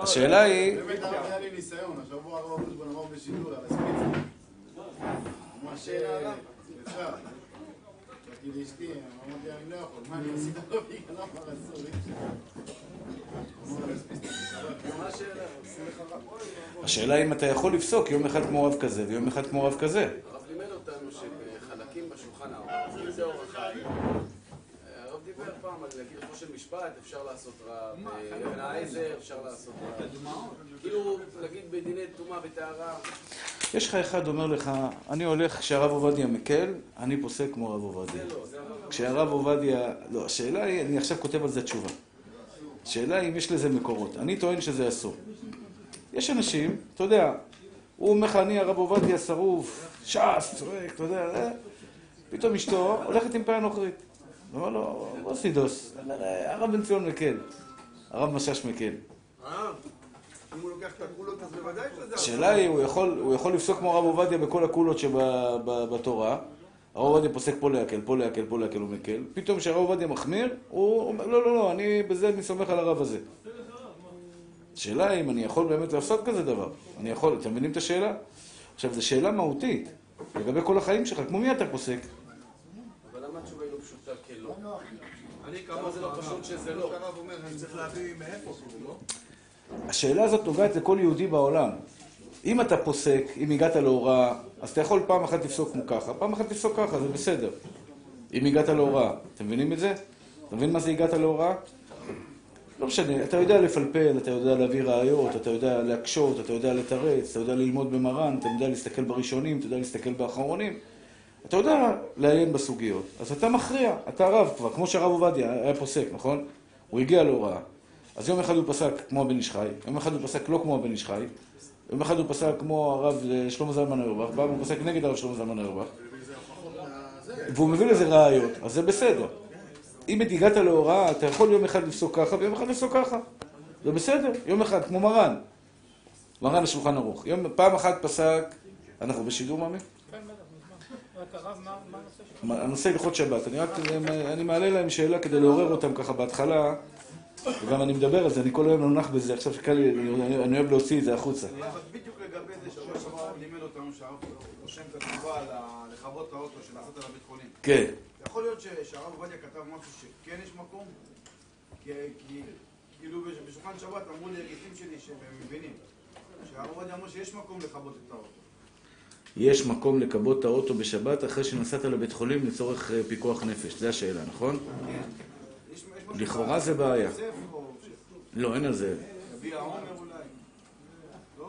השאלה היא... באמת היה לי ניסיון, השבוע הרב אבושבן אמר בשידור על הספיצה. מה אפשר. באתי לאשתי, אמרתי, אני לא יכול, מה אני עשית לו בגלל אמר אסור, השאלה אם אתה יכול לפסוק יום אחד כמו רב כזה ויום אחד כמו רב כזה. הרב לימד אותנו שבחלקים בשולחן הערוך, זה אורח חיים. הרב דיבר פעם על להגיד חושן משפט, אפשר לעשות רב, אבן העזר, אפשר לעשות רב. כאילו, נגיד בדיני טומאה וטהרה. יש לך אחד אומר לך, אני הולך כשהרב עובדיה מקל, אני פוסק כמו הרב עובדיה. כשהרב עובדיה... לא, השאלה היא, אני עכשיו כותב על זה תשובה. השאלה היא אם יש לזה מקורות. אני טוען שזה אסור. יש אנשים, אתה יודע, הוא אומר לך, אני הרב עובדיה שרוף, ש"ס, צועק, אתה יודע, פתאום אשתו הולכת עם פאה נוכרית. הוא אומר לו, בוא סידוס, הרב בן ציון מקל, הרב משש מקל. אם הוא לוקח את הקולות, אז בוודאי שזה... השאלה היא, הוא יכול לפסוק כמו הרב עובדיה בכל הקולות שבתורה. הרב עובדיה פוסק פה להקל, פה להקל, פה להקל ומקל. פתאום כשהרב עובדיה מחמיר, הוא אומר, לא, בזה אני סומך על הרב הזה. השאלה היא אם אני יכול באמת לעשות כזה דבר. אני יכול, אתם מבינים את השאלה? עכשיו, זו שאלה מהותית. לגבי כל החיים שלך, כמו מי אתה פוסק? אבל למה התשובה היא לא פשוטה כלא? אני למה זה לא פשוט שזה לא? הרב אומר, אני צריך להביא מאיפה, לא? השאלה הזאת נוגעת לכל יהודי בעולם. אם אתה פוסק, אם הגעת להוראה, אז אתה יכול פעם אחת לפסוק כמו ככה, פעם אחת לפסוק ככה, זה בסדר. אם הגעת להוראה, אתם מבינים את זה? אתה מבין מה זה הגעת להוראה? לא משנה, אתה יודע לפלפל, אתה יודע להביא ראיות, אתה יודע להקשות, אתה יודע לתרץ, אתה יודע ללמוד במרן, אתה יודע להסתכל בראשונים, אתה יודע להסתכל באחרונים. אתה יודע לעיין בסוגיות. אז אתה מכריע, אתה רב כבר, כמו שהרב עובדיה היה פוסק, נכון? הוא הגיע להוראה. אז יום אחד הוא פסק כמו הבן איש חי, יום אחד הוא פסק לא כמו הבן איש חי, יום אחד הוא פסק כמו הרב שלמה זלמן אוירבך, פעם הוא פסק נגד הרב שלמה זלמן אוירבך. והוא מביא לזה ראיות, אז זה בסדר. אם הגעת להוראה, אתה יכול יום אחד לפסוק ככה ויום אחד לפסוק ככה. זה בסדר, יום אחד, כמו מרן. מרן השולחן ערוך. פעם אחת פסק, אנחנו בשידור מאמי? כן, בטח. רק הרב, מה הנושא שלך? הנושא הלכות שבת. אני מעלה להם שאלה כדי לעורר אותם ככה בהתחלה, וגם אני מדבר על זה, אני כל היום לא נח בזה, עכשיו שקל לי, אני אוהב להוציא את זה החוצה. בדיוק לגבי זה שהרב לימד אותנו שהרב רושם את התשובה לכבות את האוטו של לעשות על הבית חולים. כן. יכול להיות שהרב עובדיה כתב משהו שכן יש מקום? כי כאילו בשולחן שבת אמרו לי הגיסים שלי שהם מבינים שהרב עובדיה אמר שיש מקום לכבות את האוטו. יש מקום לכבות את האוטו בשבת אחרי שנסעת לבית חולים לצורך פיקוח נפש, זה השאלה, נכון? לכאורה זה בעיה. לא, אין על זה. יביע העומר אולי. לא?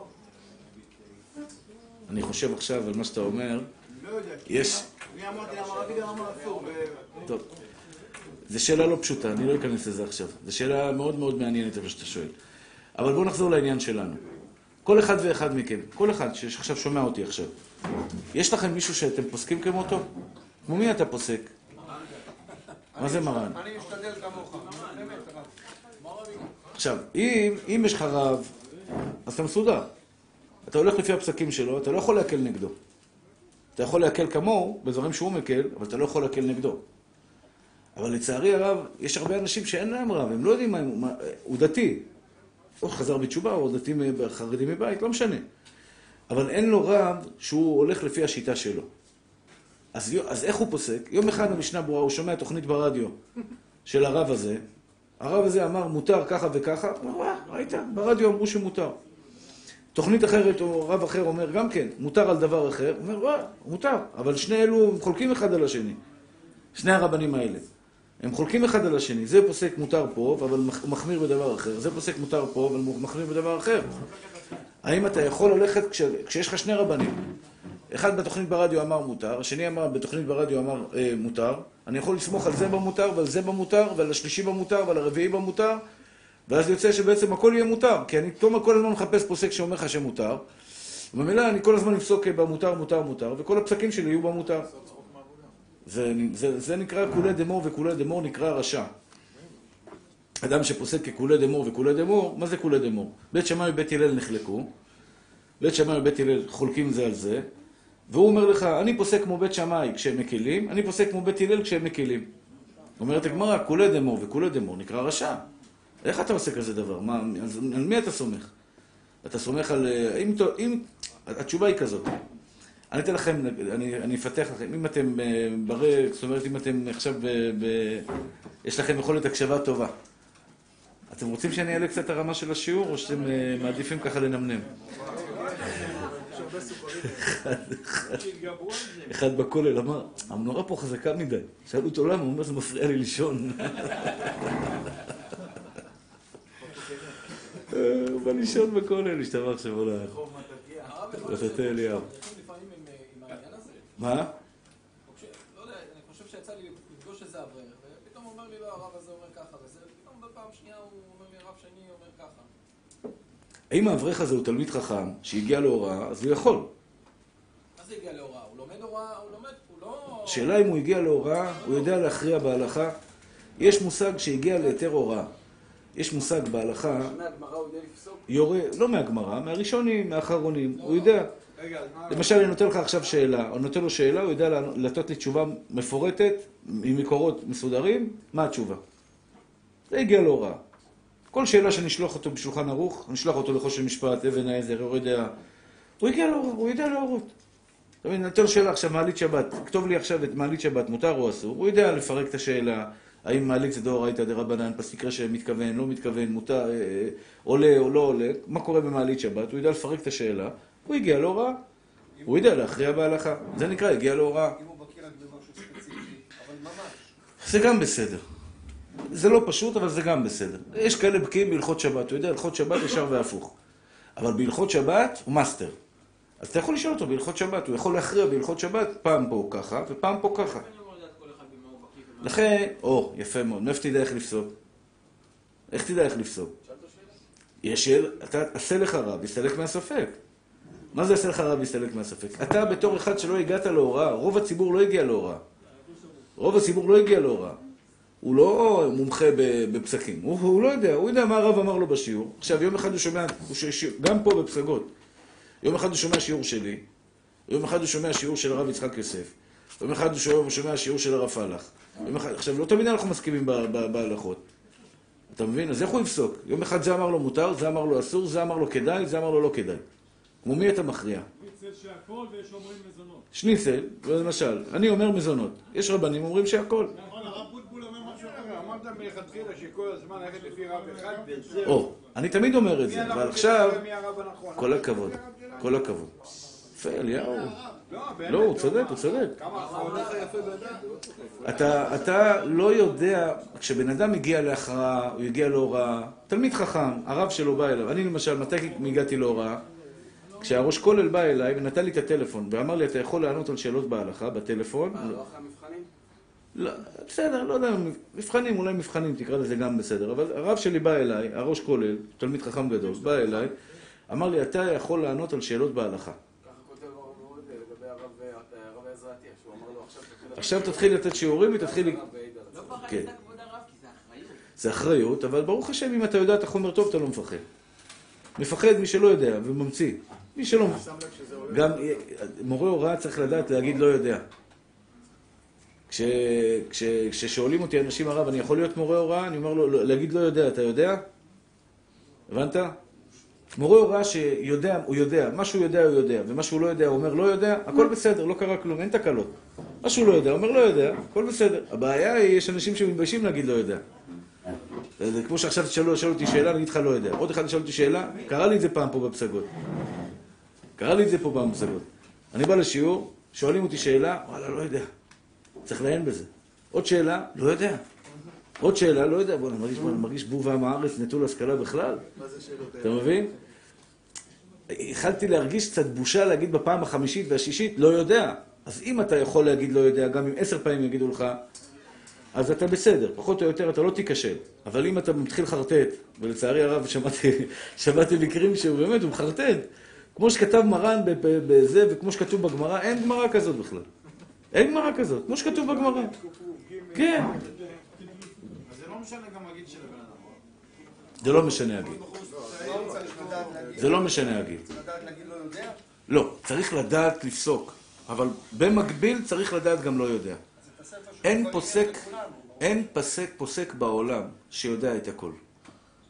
אני חושב עכשיו על מה שאתה אומר. אני לא יודע. יש... אני אמרתי, אמרתי גם אמר אסור. טוב. זו שאלה לא פשוטה, אני לא אכנס לזה עכשיו. זו שאלה מאוד מאוד מעניינת מה שאתה שואל. אבל בואו נחזור לעניין שלנו. כל אחד ואחד מכם, כל אחד שעכשיו שומע אותי עכשיו, יש לכם מישהו שאתם פוסקים כמותו? כמו מי אתה פוסק? מה זה מרן? אני משתדל כמוך. באמת, הרב. עכשיו, אם יש לך רב, אז אתה מסודר. אתה הולך לפי הפסקים שלו, אתה לא יכול להקל נגדו. אתה יכול להקל כמוהו, בדברים שהוא מקל, אבל אתה לא יכול להקל נגדו. אבל לצערי הרב, יש הרבה אנשים שאין להם רב, הם לא יודעים מה הוא דתי. או חזר בתשובה, או דתי חרדי מבית, לא משנה. אבל אין לו רב שהוא הולך לפי השיטה שלו. אז איך הוא פוסק? יום אחד במשנה ברורה, הוא שומע תוכנית ברדיו של הרב הזה. הרב הזה אמר, מותר ככה וככה. הוא אומר, ראית? ברדיו אמרו שמותר. תוכנית אחרת, או רב אחר אומר, גם כן, מותר על דבר אחר. הוא אומר, מותר. אבל שני אלו חולקים אחד על השני. שני הרבנים האלה. הם חולקים אחד על השני. זה פוסק מותר פה, אבל מחמיר בדבר אחר. זה פוסק מותר פה, אבל מחמיר בדבר אחר. האם אתה יכול ללכת כשיש לך שני רבנים? אחד בתוכנית ברדיו אמר מותר, השני אמר בתוכנית ברדיו אמר מותר. אני יכול לסמוך על זה במותר, ועל זה במותר, ועל השלישי במותר, ועל הרביעי במותר, ואז יוצא שבעצם הכל יהיה מותר, כי אני כל הזמן מחפש פוסק שאומר לך שמותר, ובמילה אני כל הזמן נפסוק במותר, מותר, מותר, וכל הפסקים שלי יהיו במותר. זה נקרא כולי דמור, וכולי דמור נקרא רשע. אדם שפוסק ככולי דמור וכולי דמור, מה זה כולי דמור? בית שמאי ובית הלל נחלקו, בית שמאי ובית הלל חולקים זה על זה, והוא אומר לך, אני פוסק כמו בית שמאי כשהם מקלים, אני פוסק כמו בית הלל כשהם מקלים. אומרת הגמרא, כולי דמור וכולי דמור נקרא רשע. איך אתה עושה כזה דבר? אז על מי אתה סומך? אתה סומך על... התשובה היא כזאת. אני אתן לכם, אני אפתח לכם, אם אתם זאת אומרת, אם אתם עכשיו יש לכם יכולת הקשבה טובה. אתם רוצים שאני אעלה קצת הרמה של השיעור, או שאתם מעדיפים ככה לנמנם? אחד בכולל אמר, המנורה פה חזקה מדי. שאלו אותו למה, הוא אומר, זה מפריע לי לישון. הוא בא לישון בכולל, השתמע עכשיו עולה. לתת אליהו. מה? לא יודע, אני חושב שיצא לי לפגוש איזה אברך, ופתאום אומר לי, לא, הרב הזה אומר ככה, ופתאום בפעם שנייה הוא אומר לי, הרב שני אומר ככה. אם האברך הזה הוא תלמיד חכם, שהגיע להוראה, אז הוא יכול. מה זה הגיע להוראה? הוא לומד הוראה, הוא לומד, הוא לא... השאלה אם הוא הגיע להוראה, הוא יודע להכריע בהלכה. יש מושג שהגיע ליתר הוראה. יש מושג בהלכה... מהגמרא הוא יודע לפסוק? יורה, לא מהגמרא, מהראשונים, מהאחרונים, הוא יודע. למשל, אני נותן לך עכשיו שאלה, או נותן לו שאלה, הוא יודע לתת לי תשובה מפורטת, עם מקורות מסודרים, מה התשובה? זה הגיע להוראה. כל שאלה שנשלוח אותו בשולחן ערוך, נשלח אותו לחושן משפט, אבן העזר, הוא יודע. הוא הגיע להוראה, הוא יודע להורות. אני נותן לו שאלה עכשיו, מעלית שבת, כתוב לי עכשיו את מעלית שבת, מותר או אסור, הוא יודע לפרק את השאלה, האם מעלית זה דאורייתא דרבנן, פסיקה שמתכוון, לא מתכוון, מותר, עולה או לא עולה, מה קורה במעלית שבת, הוא יודע לפרק את השאלה, הוא הגיע להוראה, הוא יודע להכריע בהלכה, זה נקרא, הגיע להוראה. אם הוא בקיא רק במשהו ספציפי, אבל ממש. זה גם בסדר. זה לא פשוט, אבל זה גם בסדר. יש כאלה בקיאים בהלכות שבת, הוא יודע, הלכות שבת ישר והפוך. אבל בהלכות שבת הוא מאסטר. אז אתה יכול לשאול אותו בהלכות שבת, הוא יכול להכריע בהלכות שבת, פעם פה ככה ופעם פה ככה. לכן, יפה מאוד, מאיפה תדע איך לפסוק? איך תדע איך לפסוק? יש שאלה, אתה עשה לך רב, יסתלק מהספק. מה זה עשה לך רב, יסתלק מהספק? אתה בתור אחד שלא הגעת להוראה, רוב הציבור לא הגיע להוראה. רוב הציבור לא הגיע להוראה. הוא לא מומחה בפסקים, הוא לא יודע, הוא יודע מה הרב אמר לו בשיעור. עכשיו, יום אחד הוא שומע, גם פה בפסגות, יום אחד הוא שומע שיעור שלי, יום אחד הוא שומע שיעור של הרב יצחק יוסף, יום אחד הוא שומע שיעור של הרב פלח. עכשיו, לא תמיד אנחנו מסכימים בהלכות. אתה מבין? אז איך הוא יפסוק? יום אחד זה אמר לו מותר, זה אמר לו אסור, זה אמר לו כדאי, זה אמר לו לא כדאי. כמו מי אתה מכריע? שניצל שהכל ויש אומרים מזונות. שניצל, למשל, אני אומר מזונות. יש רבנים אומרים שהכל. נכון, הרב בוטבול אומר משהו אחר. אמרת מלכתחילה שכל הזמן ללכת לפי רב אחד וזהו. אני תמיד אומר את זה, אבל עכשיו... מי הרב הנכון? כל הכבוד, כל הכבוד. יפה, אליהו. לא, הוא צודק, הוא צודק. אתה לא יודע, כשבן אדם הגיע להכרעה, הוא הגיע להוראה, תלמיד חכם, הרב שלו בא אליו. אני למשל, מתי הגעתי להוראה? כשהראש כולל בא אליי ונתן לי את הטלפון ואמר לי, אתה יכול לענות על שאלות בהלכה, בטלפון. מה, לא אחרי המבחנים? לא, בסדר, לא יודע, מבחנים, אולי מבחנים, תקרא לזה גם בסדר. אבל הרב שלי בא אליי, הראש כולל, תלמיד חכם גדול, בא אליי, אמר לי, אתה יכול לענות על שאלות בהלכה. ככה כותב מאוד לגבי הרב עזרא עתיה, שהוא אמר לו עכשיו תתחיל לתת שיעורים ותתחיל... לא פחד את כבוד הרב, כי זה אחריות. זה אחריות, אבל ברוך השם, אם אתה יודע את החומר טוב, אתה לא מפחד. מפחד מי שלא יודע וממציא. מי שלא... גם מורה הוראה צריך לדעת להגיד לא יודע. כששואלים אותי אנשים הרב, אני יכול להיות מורה הוראה? אני אומר לו, להגיד לא יודע, אתה יודע? הבנת? מורה הוראה שיודע, הוא יודע. מה שהוא יודע, הוא יודע. ומה שהוא לא יודע, הוא אומר לא יודע. הכל בסדר, לא קרה כלום, אין תקלות. מה שהוא לא יודע, הוא אומר לא יודע, הכל בסדר. הבעיה היא, יש אנשים שמתביישים להגיד לא יודע. זה כמו שעכשיו תשאלו אותי שאלה, אני אגיד לך לא יודע. עוד אחד תשאל אותי שאלה, קרא לי את זה פעם פה בפסגות. אני בא לשיעור, שואלים אותי שאלה, וואלה, לא יודע. צריך לעיין בזה. עוד שאלה, לא יודע. עוד שאלה, לא יודע. בוא, אני מרגיש בור ועם הארץ, נטול השכלה בכלל. מה זה שאלות? אתה מבין? התחלתי להרגיש קצת בושה להגיד בפעם החמישית והשישית, לא יודע. אז אם אתה יכול להגיד לא יודע, גם אם 10 פעמים יגידו לך, אז אתה בסדר, פחות או יותר אתה לא תיכשל. אבל אם אתה מתחיל חרטט, ולצערי הרב שמעתי מקרים שהוא באמת, הוא מחרטט. כמו שכתב מרן בזה, וכמו שכתוב בגמרא, אין גמרא כזאת בכלל. אין גמרא כזאת, כמו שכתוב בגמרא. כן. אז זה לא משנה גם הגיל של הבן אדם. זה לא משנה הגיל. זה לא משנה הגיל. לדעת להגיד לא יודע? לא, צריך לדעת לפסוק. אבל במקביל צריך לדעת גם לא יודע. אין פוסק בעולם שיודע את הכל.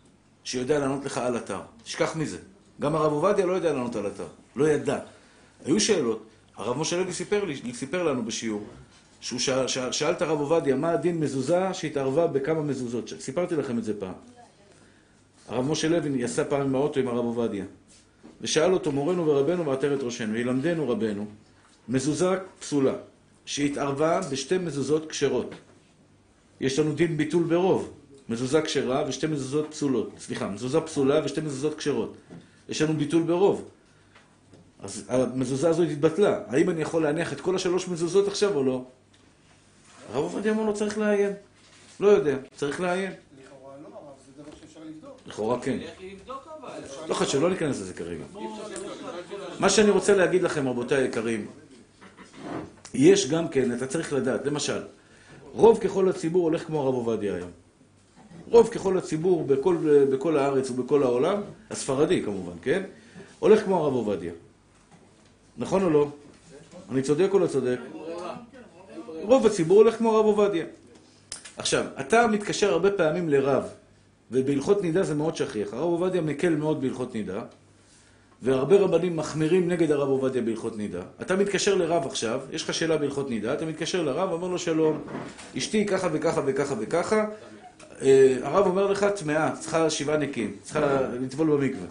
שיודע לענות לך על אתר. תשכח מזה. גם הרב עובדיה לא יודע לענות על אתר. לא ידע. היו שאלות. הרב משה לוי סיפר לנו בשיעור, שהוא שאל את הרב עובדיה, מה הדין מזוזה שהתערבה בכמה מזוזות? סיפרתי לכם את זה פעם. הרב משה לוי יעשה פעם עם האוטו עם הרב עובדיה. ושאל אותו, מורנו ורבנו ועטרת ראשנו, ילמדנו רבנו, מזוזה פסולה, שהתערבה בשתי מזוזות כשרות. יש לנו דין ביטול ברוב. מזוזה כשרה ושתי מזוזות פסולות. סליחה, מזוזה פסולה ושתי מזוזות כשרות. יש לנו ביטול ברוב. אז המזוזה הזו התבטלה. האם אני יכול להניח את כל השלוש מזוזות עכשיו או לא? הרב עובדיה אמר לו, צריך לעיין. לא יודע, צריך לעיין. לכאורה לא, הרב, זה דבר שאפשר לבדוק. לכאורה כן. איך לבדוק אבל? לא חשוב, לא ניכנס לזה כרגע. מה שאני רוצה להגיד לכם, רבותיי היקרים, יש גם כן, אתה צריך לדעת, למשל, רוב ככל הציבור הולך כמו הרב עובדיה היום. רוב ככל הציבור בכל הארץ ובכל העולם, הספרדי כמובן, כן? הולך כמו הרב עובדיה. נכון או לא? אני צודק או לא צודק? רוב הציבור הולך כמו הרב עובדיה. עכשיו, אתה מתקשר הרבה פעמים לרב, ובהלכות נידה זה מאוד שכיח. הרב עובדיה מקל מאוד בהלכות נידה, והרבה רבנים מחמירים נגד הרב עובדיה בהלכות נידה. אתה מתקשר לרב עכשיו, יש לך שאלה בהלכות נידה, אתה מתקשר לרב, אומר לו שלום, אשתי ככה וככה וככה וככה, הרב אומר לך, טמאה, צריכה 7 נקיים, צריכה לטבול במקווה.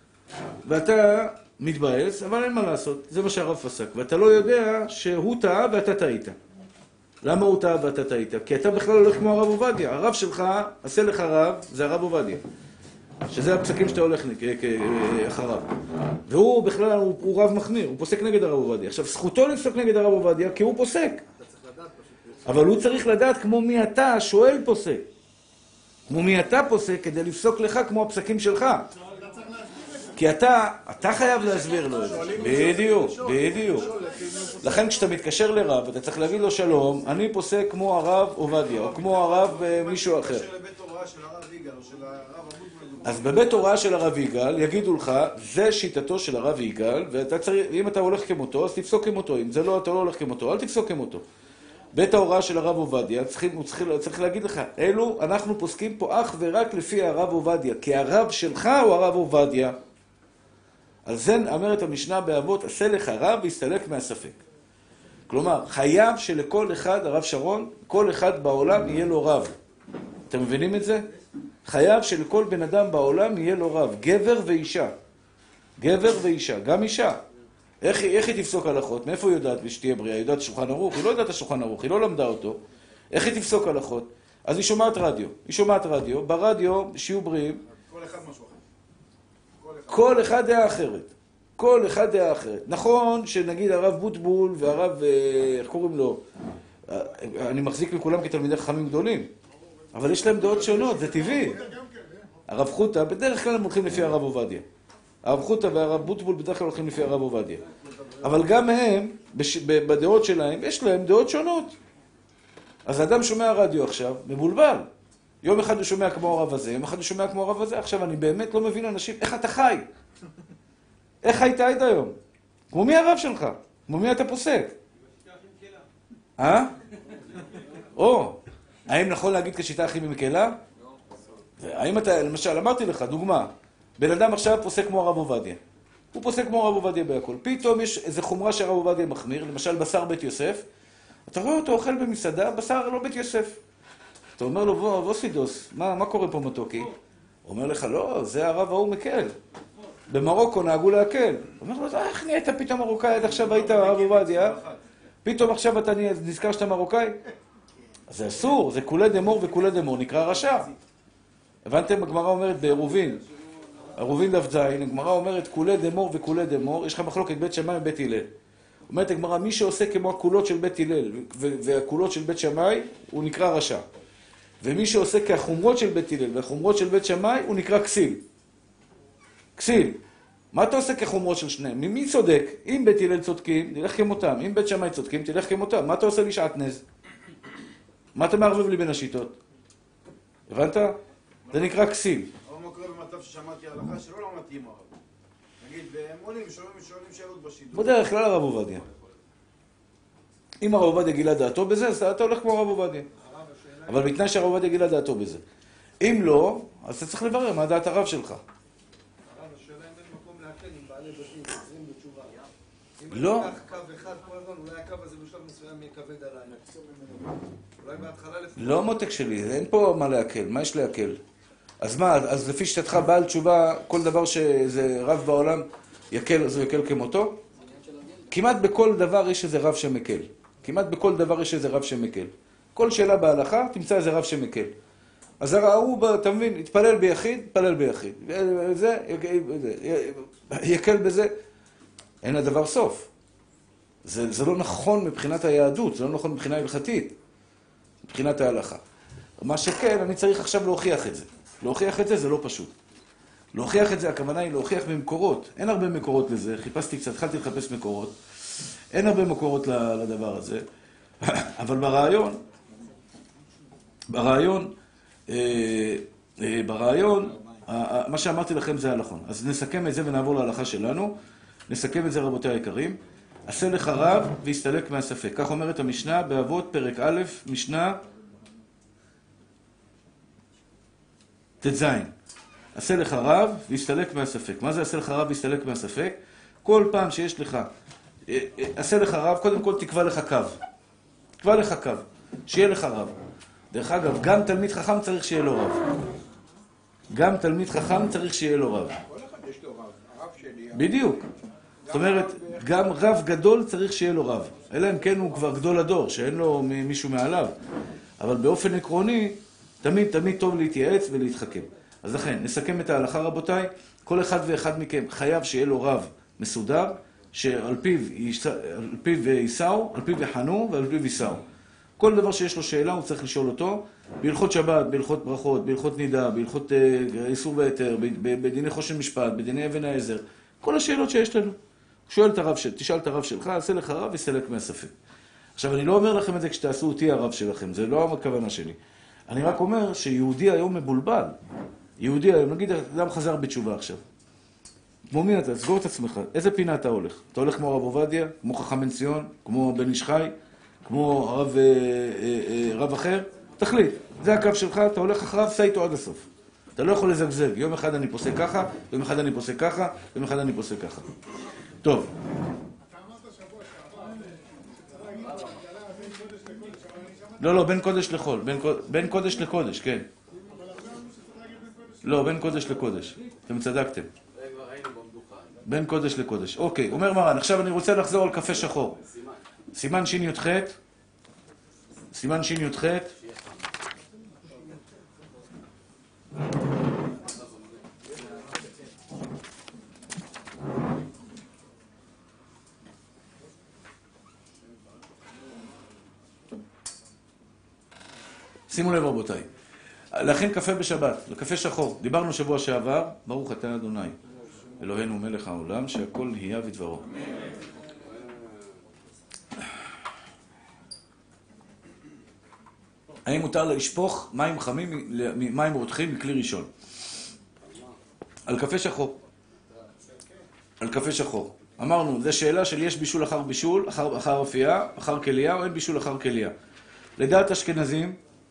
ואתה מתבאס, אבל אין מה לעשות, זה מה שהרב פסק. ואתה לא יודע שהוא טעה ואתה טעית. למה הוא טעה ואתה טעית? כי אתה בכלל הולך כמו הרב עובדיה. הרב שלך, עשה לך רב, זה הרב עובדיה. שזה הפסקים שאתה הולך אחריו. והוא בכלל, הוא רב מחמיר, הוא פוסק נגד הרב עובדיה. עכשיו, זכותו לפסוק נגד הרב עובדיה, כי הוא פוסק. אבל הוא צריך לדעת כמו מי אתה, השואל פוסק. כמו מי אתה פוסק כדי לפסוק לך כמו הפסקים שלך. כי אתה חייב להסביר לו את זה. בדיוק, בדיוק. לכן כשאתה מתקשר לרב, אתה צריך להגיד לו שלום, אני פוסק כמו הרב עובדיה, או כמו הרב מישהו אחר. אז בבית הוראה של הרב יגאל יגידו לך, זה שיטתו של הרב יגאל, ואם אתה הולך כמותו, אז תפסוק כמותו. אם זה לא, אתה לא הולך כמותו, אל תפסוק כמותו. בית ההוראה של הרב עובדיה, צריך להגיד לך, אלו, אנחנו פוסקים פה אך ורק לפי הרב עובדיה, כי הרב שלך הוא הרב עובדיה. על זה אומרת המשנה באבות, עשה לך רב והסתלק מהספק. כלומר, חייב שלכל אחד, הרב שרון, כל אחד בעולם יהיה לו רב. אתם מבינים את זה? חייב שלכל בן אדם בעולם יהיה לו רב, גבר ואישה. גבר ואישה, גם אישה. איך היא תפסוק הלכות? מאיפה היא יודעת שתהיה בריאה? היא יודעת שולחן ערוך? היא לא יודעת השולחן ערוך, היא לא למדה אותו. איך היא תפסוק הלכות? אז היא שומעת רדיו. היא שומעת רדיו, ברדיו, שיהיו בריאים. כל אחד משהו אחר. כל אחד דעה אחרת. כל אחד דעה אחרת. נכון שנגיד הרב בוטבול והרב, איך קוראים לו? אני מחזיק מכולם כתלמידי חכמים גדולים. אבל יש להם דעות שונות, זה טבעי. הרב חוטה, בדרך כלל הם הולכים לפי הרב עובדיה. הרב חוטה והרב בוטבול בדרך כלל הולכים לפי הרב עובדיה. אבל גם הם, בדעות שלהם, יש להם דעות שונות. אז האדם שומע רדיו עכשיו, מבולבל. יום אחד הוא שומע כמו הרב הזה, יום אחד הוא שומע כמו הרב הזה. עכשיו אני באמת לא מבין אנשים, איך אתה חי? איך היית היום? כמו מי הרב שלך? כמו מי אתה פוסק? או, האם נכון להגיד כשיטה הכי מקלה? האם אתה, למשל, אמרתי לך, דוגמה, בן אדם עכשיו פוסק כמו הרב עובדיה. הוא פוסק כמו הרב עובדיה בהכל. פתאום יש איזו חומרה שהרב עובדיה מחמיר, למשל בשר בית יוסף. אתה רואה אותו אוכל במסעדה, בשר לא בית יוסף. אתה אומר לו, בוא סידוס, מה קורה פה מתוקי? הוא אומר לך, לא, זה הרב ההוא מקל. במרוקו נהגו להקל. הוא אומר לו, איך נהיית פתאום מרוקאי? עד עכשיו היית הרב עובדיה, פתאום עכשיו אתה נזכר שאתה מרוקאי? אז זה אסור, זה כולי דמור וכולי דמור, נקרא רשע. הבנתם? הגמרא אומרת בעירובין, עירובין דף זין, הגמרא אומרת כולי דמור וכולי דמור, יש לך מחלוקת בית שמאי ובית הלל. אומרת הגמרא, מי שעושה כמו הקולות של בית הלל והקולות של בית שמאי, הוא נקרא רשע. ומי שעושה כחומרות של בית הלל והחומרות של בית שמאי, הוא נקרא כסיל. כסיל. מה אתה עושה כחומרות של שניהם? מי צודק? אם בית הלל צודקים, תלך כמותם. אם בית שמאי צודקים, תלך כמותם. מה אתה עושה לי שעטנז? מה אתה מערבב לי בין השיטות? הבנת? זה נקרא כסיל. אבל מה קורה במצב ששמעתי הלכה שלא למדתי עם הרב? נגיד, והם עולים, שואלים שאלות בשידור. בדרך כלל הרב עובדיה. אם הרב עובדיה גילה דעתו בזה, אז אתה הולך כמו הרב עובדיה. אבל בתנאי שהרב עובדיה גילה דעתו בזה. אם לא, אז אתה צריך לברר מה דעת הרב שלך. הרב, השאלה אם אין מקום להקל עם בעלי בתים חוזרים בתשובה. לא. אם אני אקח קו אחד כל הזמן, אולי הקו הזה בשלב מסוים יהיה כבד עליי. אולי בהתחלה לפחות. לא מותק שלי, אין פה מה להקל, מה יש להקל? אז מה, אז לפי שיטתך בעל תשובה, כל דבר שזה רב בעולם יקל, אז הוא יקל כמותו? כמעט בכל דבר יש איזה רב שמקל. כמעט בכל דבר יש איזה רב שמקל. כל שאלה בהלכה, תמצא איזה רב שמקל. אז הוא, אתה מבין, יתפלל ביחיד, יתפלל ביחיד. זה, יקל בזה. אין הדבר סוף. זה לא נכון מבחינת היהדות, זה לא נכון מבחינה הלכתית, מבחינת ההלכה. מה שכן, אני צריך עכשיו להוכיח את זה. להוכיח את זה זה לא פשוט. להוכיח את זה, הכוונה היא להוכיח במקורות. אין הרבה מקורות לזה, חיפשתי קצת, התחלתי לחפש מקורות. אין הרבה מקורות לדבר הזה. אבל ברעיון, מה שאמרתי לכם זה הנכון. אז נסכם את זה ונעבור להלכה שלנו. נסכם את זה, רבותי היקרים. עשה לך רב והסתלק מהספק. כך אומרת המשנה באבות פרק א', משנה ט"ז. עשה לך רב והסתלק מהספק. מה זה עשה לך רב והסתלק מהספק? כל פעם שיש לך, עשה לך רב, קודם כל תקבע לך קו. תקבע לך קו, שיהיה לך רב. דרך אגב, גם תלמיד חכם צריך שיהיה לו רב. גם תלמיד חכם צריך שיהיה לו רב. כל אחד יש לו רב, הרב שלי. בדיוק. זאת אומרת, גם רב גדול צריך שיהיה לו רב. אלא אם כן הוא כבר גדול הדור, שאין לו מישהו מעליו. אבל באופן עקרוני, תמיד טוב להתייעץ ולהתחכם. אז לכן, נסכם את ההלכה, רבותיי. כל אחד ואחד מכם חייב שיהיה לו רב מסודר, שעל פיו ייסעו, על פיו יחנו ועל פיו ייסעו. כל דבר שיש לו שאלה הוא צריך לשאול אותו, בהלכות שבת, בהלכות ברכות, בהלכות נידה, בהלכות איסור והיתר, בדיני חושן משפט, בדיני אבן העזר, כל השאלות שיש לנו. תשאל את הרב שלך, עשה לך רב וסלק מהספק. עכשיו, אני לא אומר לכם את זה כשתעשו אותי הרב שלכם, זה לא הכוונה שלי. אני רק אומר שיהודי היום מבולבל. יהודי היום, נגיד, אדם חזר בתשובה עכשיו. כמו מי אתה? סגור את עצמך. איזה פינה אתה הולך? אתה הולך כמו הרב עובדיה, כמו חכם בן ציון, כמו בן איש חי, כמו רב אחר? תחליט. זה הקו שלך, אתה הולך אחריו, סע איתו עד הסוף. אתה לא יכול לזגזג. יום אחד אני פוסק ככה, יום אחד אני פוסק ככה, יום אחד אני פוסק ככה. טוב. אתה אמרת שבוע שעבר, שצריך להגיד בהתחלה בין קודש לקודש, אבל אני שמעתי... לא, בין קודש לחול. בין קודש לקודש, כן. אבל עכשיו אמרו שצריך להגיד בין קודש... לא, בין קודש לקודש. אתם צדקתם. כבר היינו במדוכה. בין קודש לקודש. אוקיי, אומר מרן, עכשיו אני רוצה לחזור על קפה שחור. סימן שי"ח. סימן שי"ח. שימו לב רבותיי, להכין קפה בשבת, לקפה שחור. דיברנו שבוע שעבר, ברוך אתה אדוני, אלוהינו מלך העולם, שהכל נהיה בדברו. האם מותר לשפוך מים חמים, מים רותחים מכלי ראשון? על קפה שחור. על קפה שחור. אמרנו, זו שאלה של יש בישול אחר בישול, אחר אפייה, אחר כליה, או אין בישול אחר כליה. לדעת אשכנזים,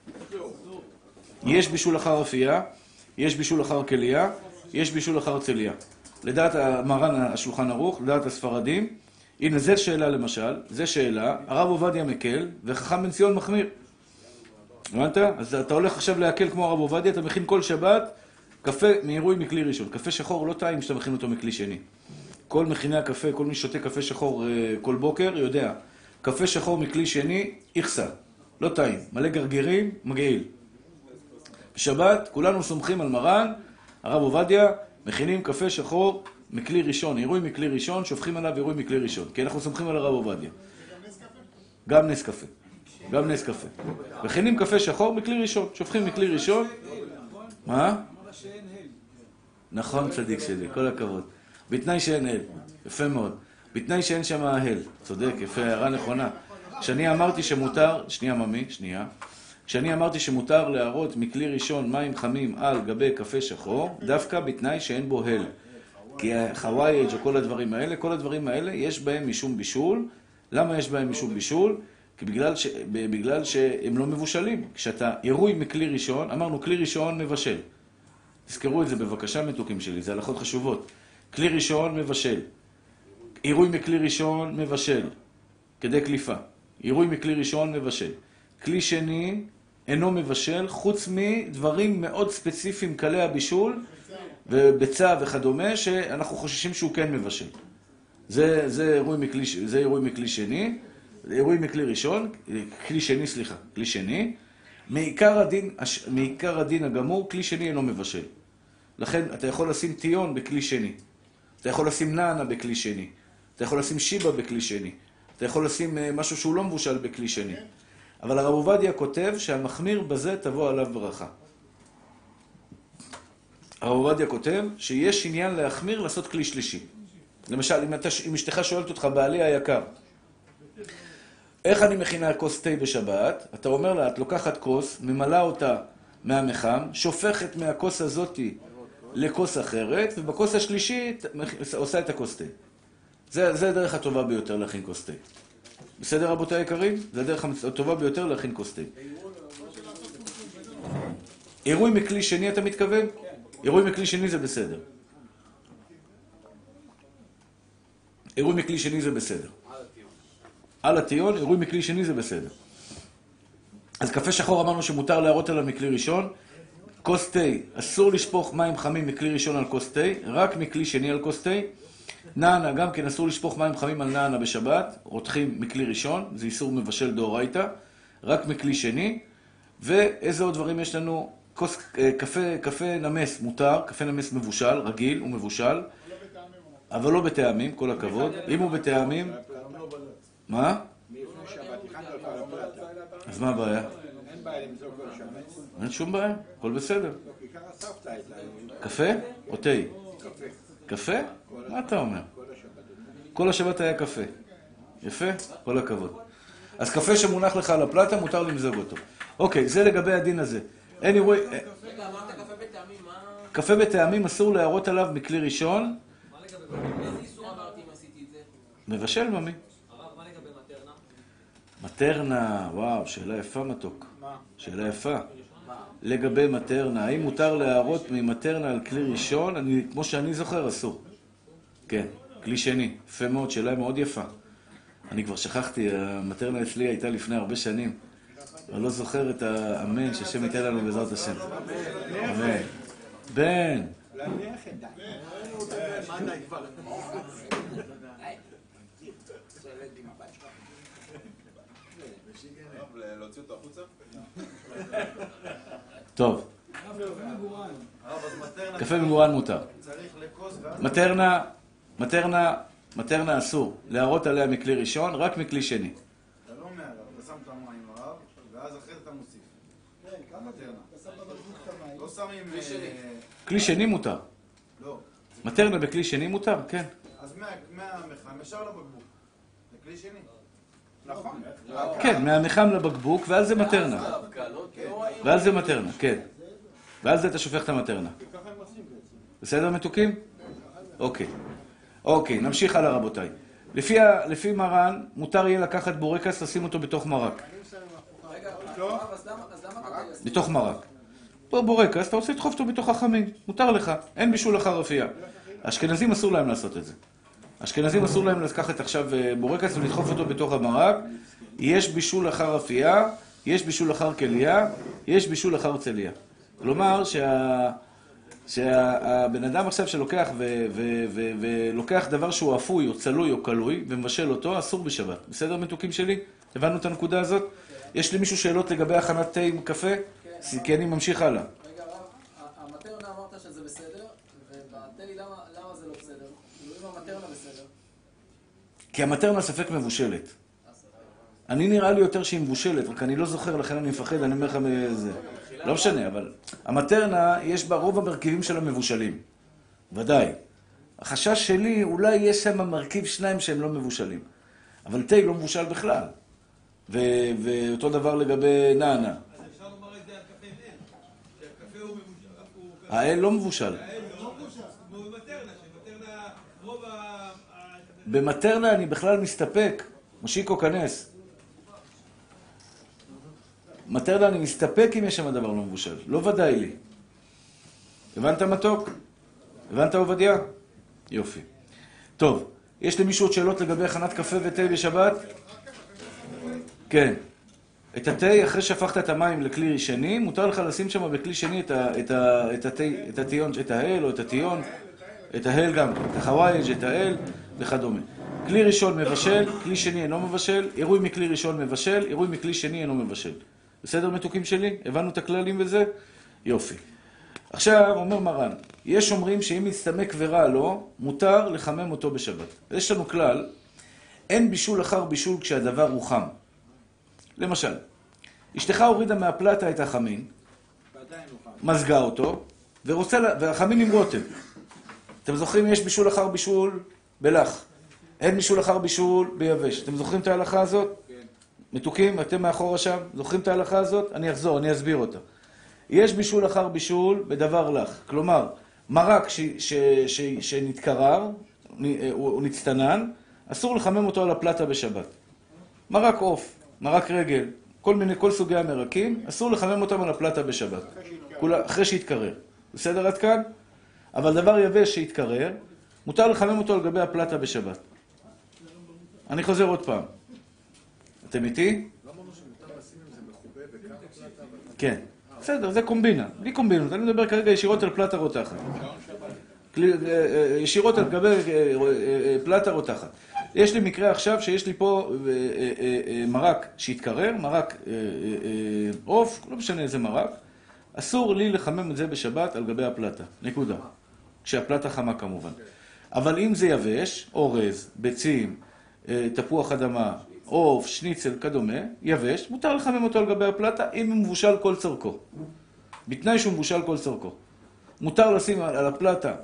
יש בישול אחר אפייה, יש בישול אחר כליה, יש בישול אחר צליה. לדעת מרן השולחן ערוך, לדעת הספרדים, הנה זו שאלה למשל, זו שאלה, הרב עובדיה מקל וחכם בן ציון מחמיר. הבנת? אז אתה הולך עכשיו להקל כמו הרב עובדיה, אתה מכין כל שבת קפה מעירוי מכלי ראשון. קפה שחור לא טעים שאתה מכין אותו מכלי שני. כל מכיני הקפה, כל מי שותה קפה שחור כל בוקר יודע, קפה שחור מכלי שני, איכסה, לא טעים, מלא גרגירים, מגעיל. בשבת כולנו סומכים על מרן, הרב עובדיה, מכינים קפה שחור מכלי ראשון, עירוי מכלי ראשון, שופכים עליו עירוי מכלי ראשון, כי אנחנו סומכים על הרב עובדיה. גם נס קפה. גם נס קפה. מכינים קפה שחור מכלי ראשון, שופכים מכלי ראשון. מה? נכון צדיק שלי, כל הכבוד. בתנאי שאין הל, יפה מאוד. בתנאי שאין שם ההל, צודק, יפה, הערה נכונה. כשאני אמרתי שמותר, שנייה ממי, שנייה. כשאני אמרתי שמותר להראות מכלי ראשון מים חמים על גבי קפה שחור, דווקא בתנאי שאין בו הל. כי חווייג' או כל הדברים האלה, יש בהם משום בישול. למה יש בהם משום בישול? בגלל שהם לא מבושלים. כשאתה עירוי מכלי ראשון, אמרנו כלי ראשון מבשל. תזכרו את זה בבקשה מתוקים שלי, זה הלכות חשובות. כלי ראשון מבשל. עירוי מכלי ראשון מבשל. כדי קליפה. עירוי מכלי ראשון מבשל. כלי שני אינו מבשל, חוץ מדברים מאוד ספציפיים, קלי הבישול וביצה וכדומה, שאנחנו חוששים שהוא כן מבשל. זה עירוי מכלי שני. עירוי מכלי ראשון, כלי שני. מעיקר הדין הגמור, כלי שני אינו מבשל. לכן אתה יכול לשים טיון בכלי שני. אתה יכול לשים נענה בכלי שני. אתה יכול לשים שיבה בכלי שני. אתה יכול לשים משהו שהוא לא מבושל בכלי שני. אבל הרב עובדיה כותב שהמחמיר בזה תבוא עליו ברכה. הרב עובדיה כותב שיש עניין להחמיר לעשות כלי שלישי. למשל, אם אשתך שואלת אותך, בעלי היקר, איך אני מכינה כוס תה בשבת? אתה אומר לה, את לוקחת כוס, ממלאה אותה מהמחם, שופכת מהכוס הזאת לכוס אחרת, ובכוס השלישית עושה את הכוס תה. זה הדרך הטובה ביותר להכין כוס תה. בסדר רבותיי היקרים? זה הדרך הטובה ביותר להכין כוס תה. עירוי מכלי שני אתה מתכוון? עירוי מכלי שני זה בסדר. עירוי מכלי שני זה בסדר. על הטיון, עירוי מכלי שני זה בסדר. אז קפה שחור אמרנו שמותר להראות עליו מכלי ראשון. כוס תה, אסור לשפוך מים חמים מכלי ראשון על כוס תה, רק מכלי שני על כוס תה. נענה, גם כן אסור לשפוך מים חמים על נענה בשבת, רותחים מכלי ראשון, זה איסור מבשל דאורייתא, רק מכלי שני. ואיזה עוד דברים יש לנו? כוס, קפה נמס מותר, קפה נמס מבושל, רגיל, הוא מבושל, אבל לא בטעמים, כל הכבוד. אם הוא בטעמים... מה? אז מה הבעיה? אין בעיה למזוג כל שבת. אין שום בעיה, הכל בסדר. קפה או תה? קפה? מה אתה אומר? כל השבת היה קפה. יפה? כל הכבוד. אז קפה שמונח לך על הפלטה, מותר למזוג אותו. אוקיי, זה לגבי הדין הזה. אין אירועי... רגע, אמרת קפה בטעמים, מה... קפה בטעמים אסור להראות עליו מכלי ראשון. מה לגבי... איזה איסור אמרתי אם עשיתי את זה? מבשל, ממי. הרב, מה לגבי מטרנה? מטרנה, וואו, שאלה יפה מתוק. שאלה יפה. לגבי מטרנה, האם מותר להראות ממטרנה על כלי ראשון? כמו שאני זוכר, אסור. כן, כלי שני. יפה מאוד, שאלה מאוד יפה. אני כבר שכחתי, המטרנה אצלי הייתה לפני הרבה שנים. אני לא זוכר את האמן שהשם ייתן לנו בעזרת השם. אמן. בן. להוציא אותו החוצה? טוב. קפה מגורן מותר. מטרנה אסור. להראות עליה מכלי ראשון, רק מכלי שני. אתה לא מערב, אתה שם את המים הרב, ואז אחרי זה אתה מוסיף. כן, כמה מטרנה? אתה שם בבקבוק את המים. לא שמים... כלי שני מותר. לא. מטרנה בכלי שני מותר, כן. אז מהמחם ישר לבקבוק. זה כלי שני. נכון. כן, מהמחם לבקבוק, ועל זה מטרנה. ועל זה מטרנה, כן. ועל זה אתה שופך את המטרנה. בסדר מתוקים? אוקיי. אוקיי, נמשיך הלאה רבותיי. לפי מרן, מותר יהיה לקחת בורקס, לשים אותו בתוך מרק. רגע, אז למה אתה... בתוך מרק. בורקס, אתה רוצה לדחוף אותו בתוך החמין. מותר לך, אין בישול לחרפייה. האשכנזים אסור להם לעשות את זה. האשכנזים אסור להם לקחת עכשיו בורקס ולדחוף אותו בתוך המרק. יש בישול אחר אפייה, יש בישול אחר כליה, יש בישול אחר צליה. כלומר שהבן אדם עכשיו שלוקח ולוקח דבר שהוא אפוי או צלוי או קלוי ומבשל אותו, אסור בשבת. בסדר מתוקים שלי? הבנו את הנקודה הזאת? יש לי מישהו שאלות לגבי הכנת תה עם קפה? כי אני ממשיך הלאה. רגע, המטרנה אמרת שזה בסדר, ובתה למה זה לא בסדר? כאילו אם המטרנה בסדר. כי המטרנה ספק מבושלת. אני נראה לי יותר שהיא מבושלת, רק אני לא זוכר, לכן אני מפחד, אני אומר לך מזה. לא משנה, אבל המטרנה, יש בה רוב המרכיבים שלה מבושלים. ודאי. החשש שלי, אולי יש שם מרכיב שניים שהם לא מבושלים. אבל תה לא מבושל בכלל. ואותו דבר לגבי נענה. אז אפשר לומר את זה על קפה אין. שהקפה הוא מבושל. האל לא מבושל. האל לא מבושל. כמו במטרנה, שמטרנה רוב במטרנה אני בכלל מסתפק. מושיקו כנס. מטרדה אני מסתפק אם יש שם דבר לא מבושל. לא ודאי לי. הבנת מתוק? הבנת עובדיה? יופי. טוב, יש למישהו עוד שאלות לגבי הכנת קפה ותה בשבת? כן. את התה, אחרי שהפכת את המים לכלי שני, מותר לך לשים שם בכלי שני את הטיון, את ההל או את הטיון, את ההל גם, את החווייג', את ההל וכדומה. כלי ראשון מבשל, כלי שני אינו מבשל, עירוי מכלי ראשון מבשל, עירוי מכלי שני אינו מבשל. בסדר מתוקים שלי? הבנו את הכללים בזה? יופי. עכשיו אומר מרן, יש אומרים שאם מסתמק ורע לו, מותר לחמם אותו בשבת. יש לנו כלל, אין בישול אחר בישול כשהדבר הוא חם. למשל, אשתך הורידה מהפלטה את החמין, מזגה אותו, והחמין עם רוטב. אתם זוכרים, יש בישול אחר בישול בלח. אין בישול אחר בישול ביבש. אתם זוכרים את ההלכה הזאת? כן. מתוקים, אתם מאחורה שם, זוכרים את ההלכה הזאת? אני אחזור, אני אסביר אותה. יש בישול אחר בישול בדבר לח. כלומר, מרק שנתקרר, הוא נצטנן, אסור לחמם אותו על הפלטה בשבת. מרק עוף, מרק רגל, כל סוגי המרקים, אסור לחמם אותם על הפלטה בשבת. אחרי שיתקרר. בסדר עד כאן? אבל דבר יבש שיתקרר, מותר לחמם אותו על גבי הפלטה בשבת. אני חוזר עוד פעם. אתם איתי? לא אמרנו שמותר לשים אם זה מחובה בכמה פלטה? כן. בסדר, זה קומבינה. בלי קומבינות. אני מדבר כרגע ישירות על פלטה רותחת. ישירות על גבי פלטה רותחת. יש לי מקרה עכשיו שיש לי פה מרק שהתקרר, מרק עוף, לא משנה איזה מרק. אסור לי לחמם את זה בשבת על גבי הפלטה. נקודה. כשהפלטה חמה כמובן. אבל אם זה יבש, אורז, ביצים, תפוח אדמה, עוף, שניצל, כדומה, יבש, מותר לחמם אותו על גבי הפלטה אם הוא מבושל כל צורכו. בתנאי שהוא מבושל כל צורכו. מותר לשים על הפלטה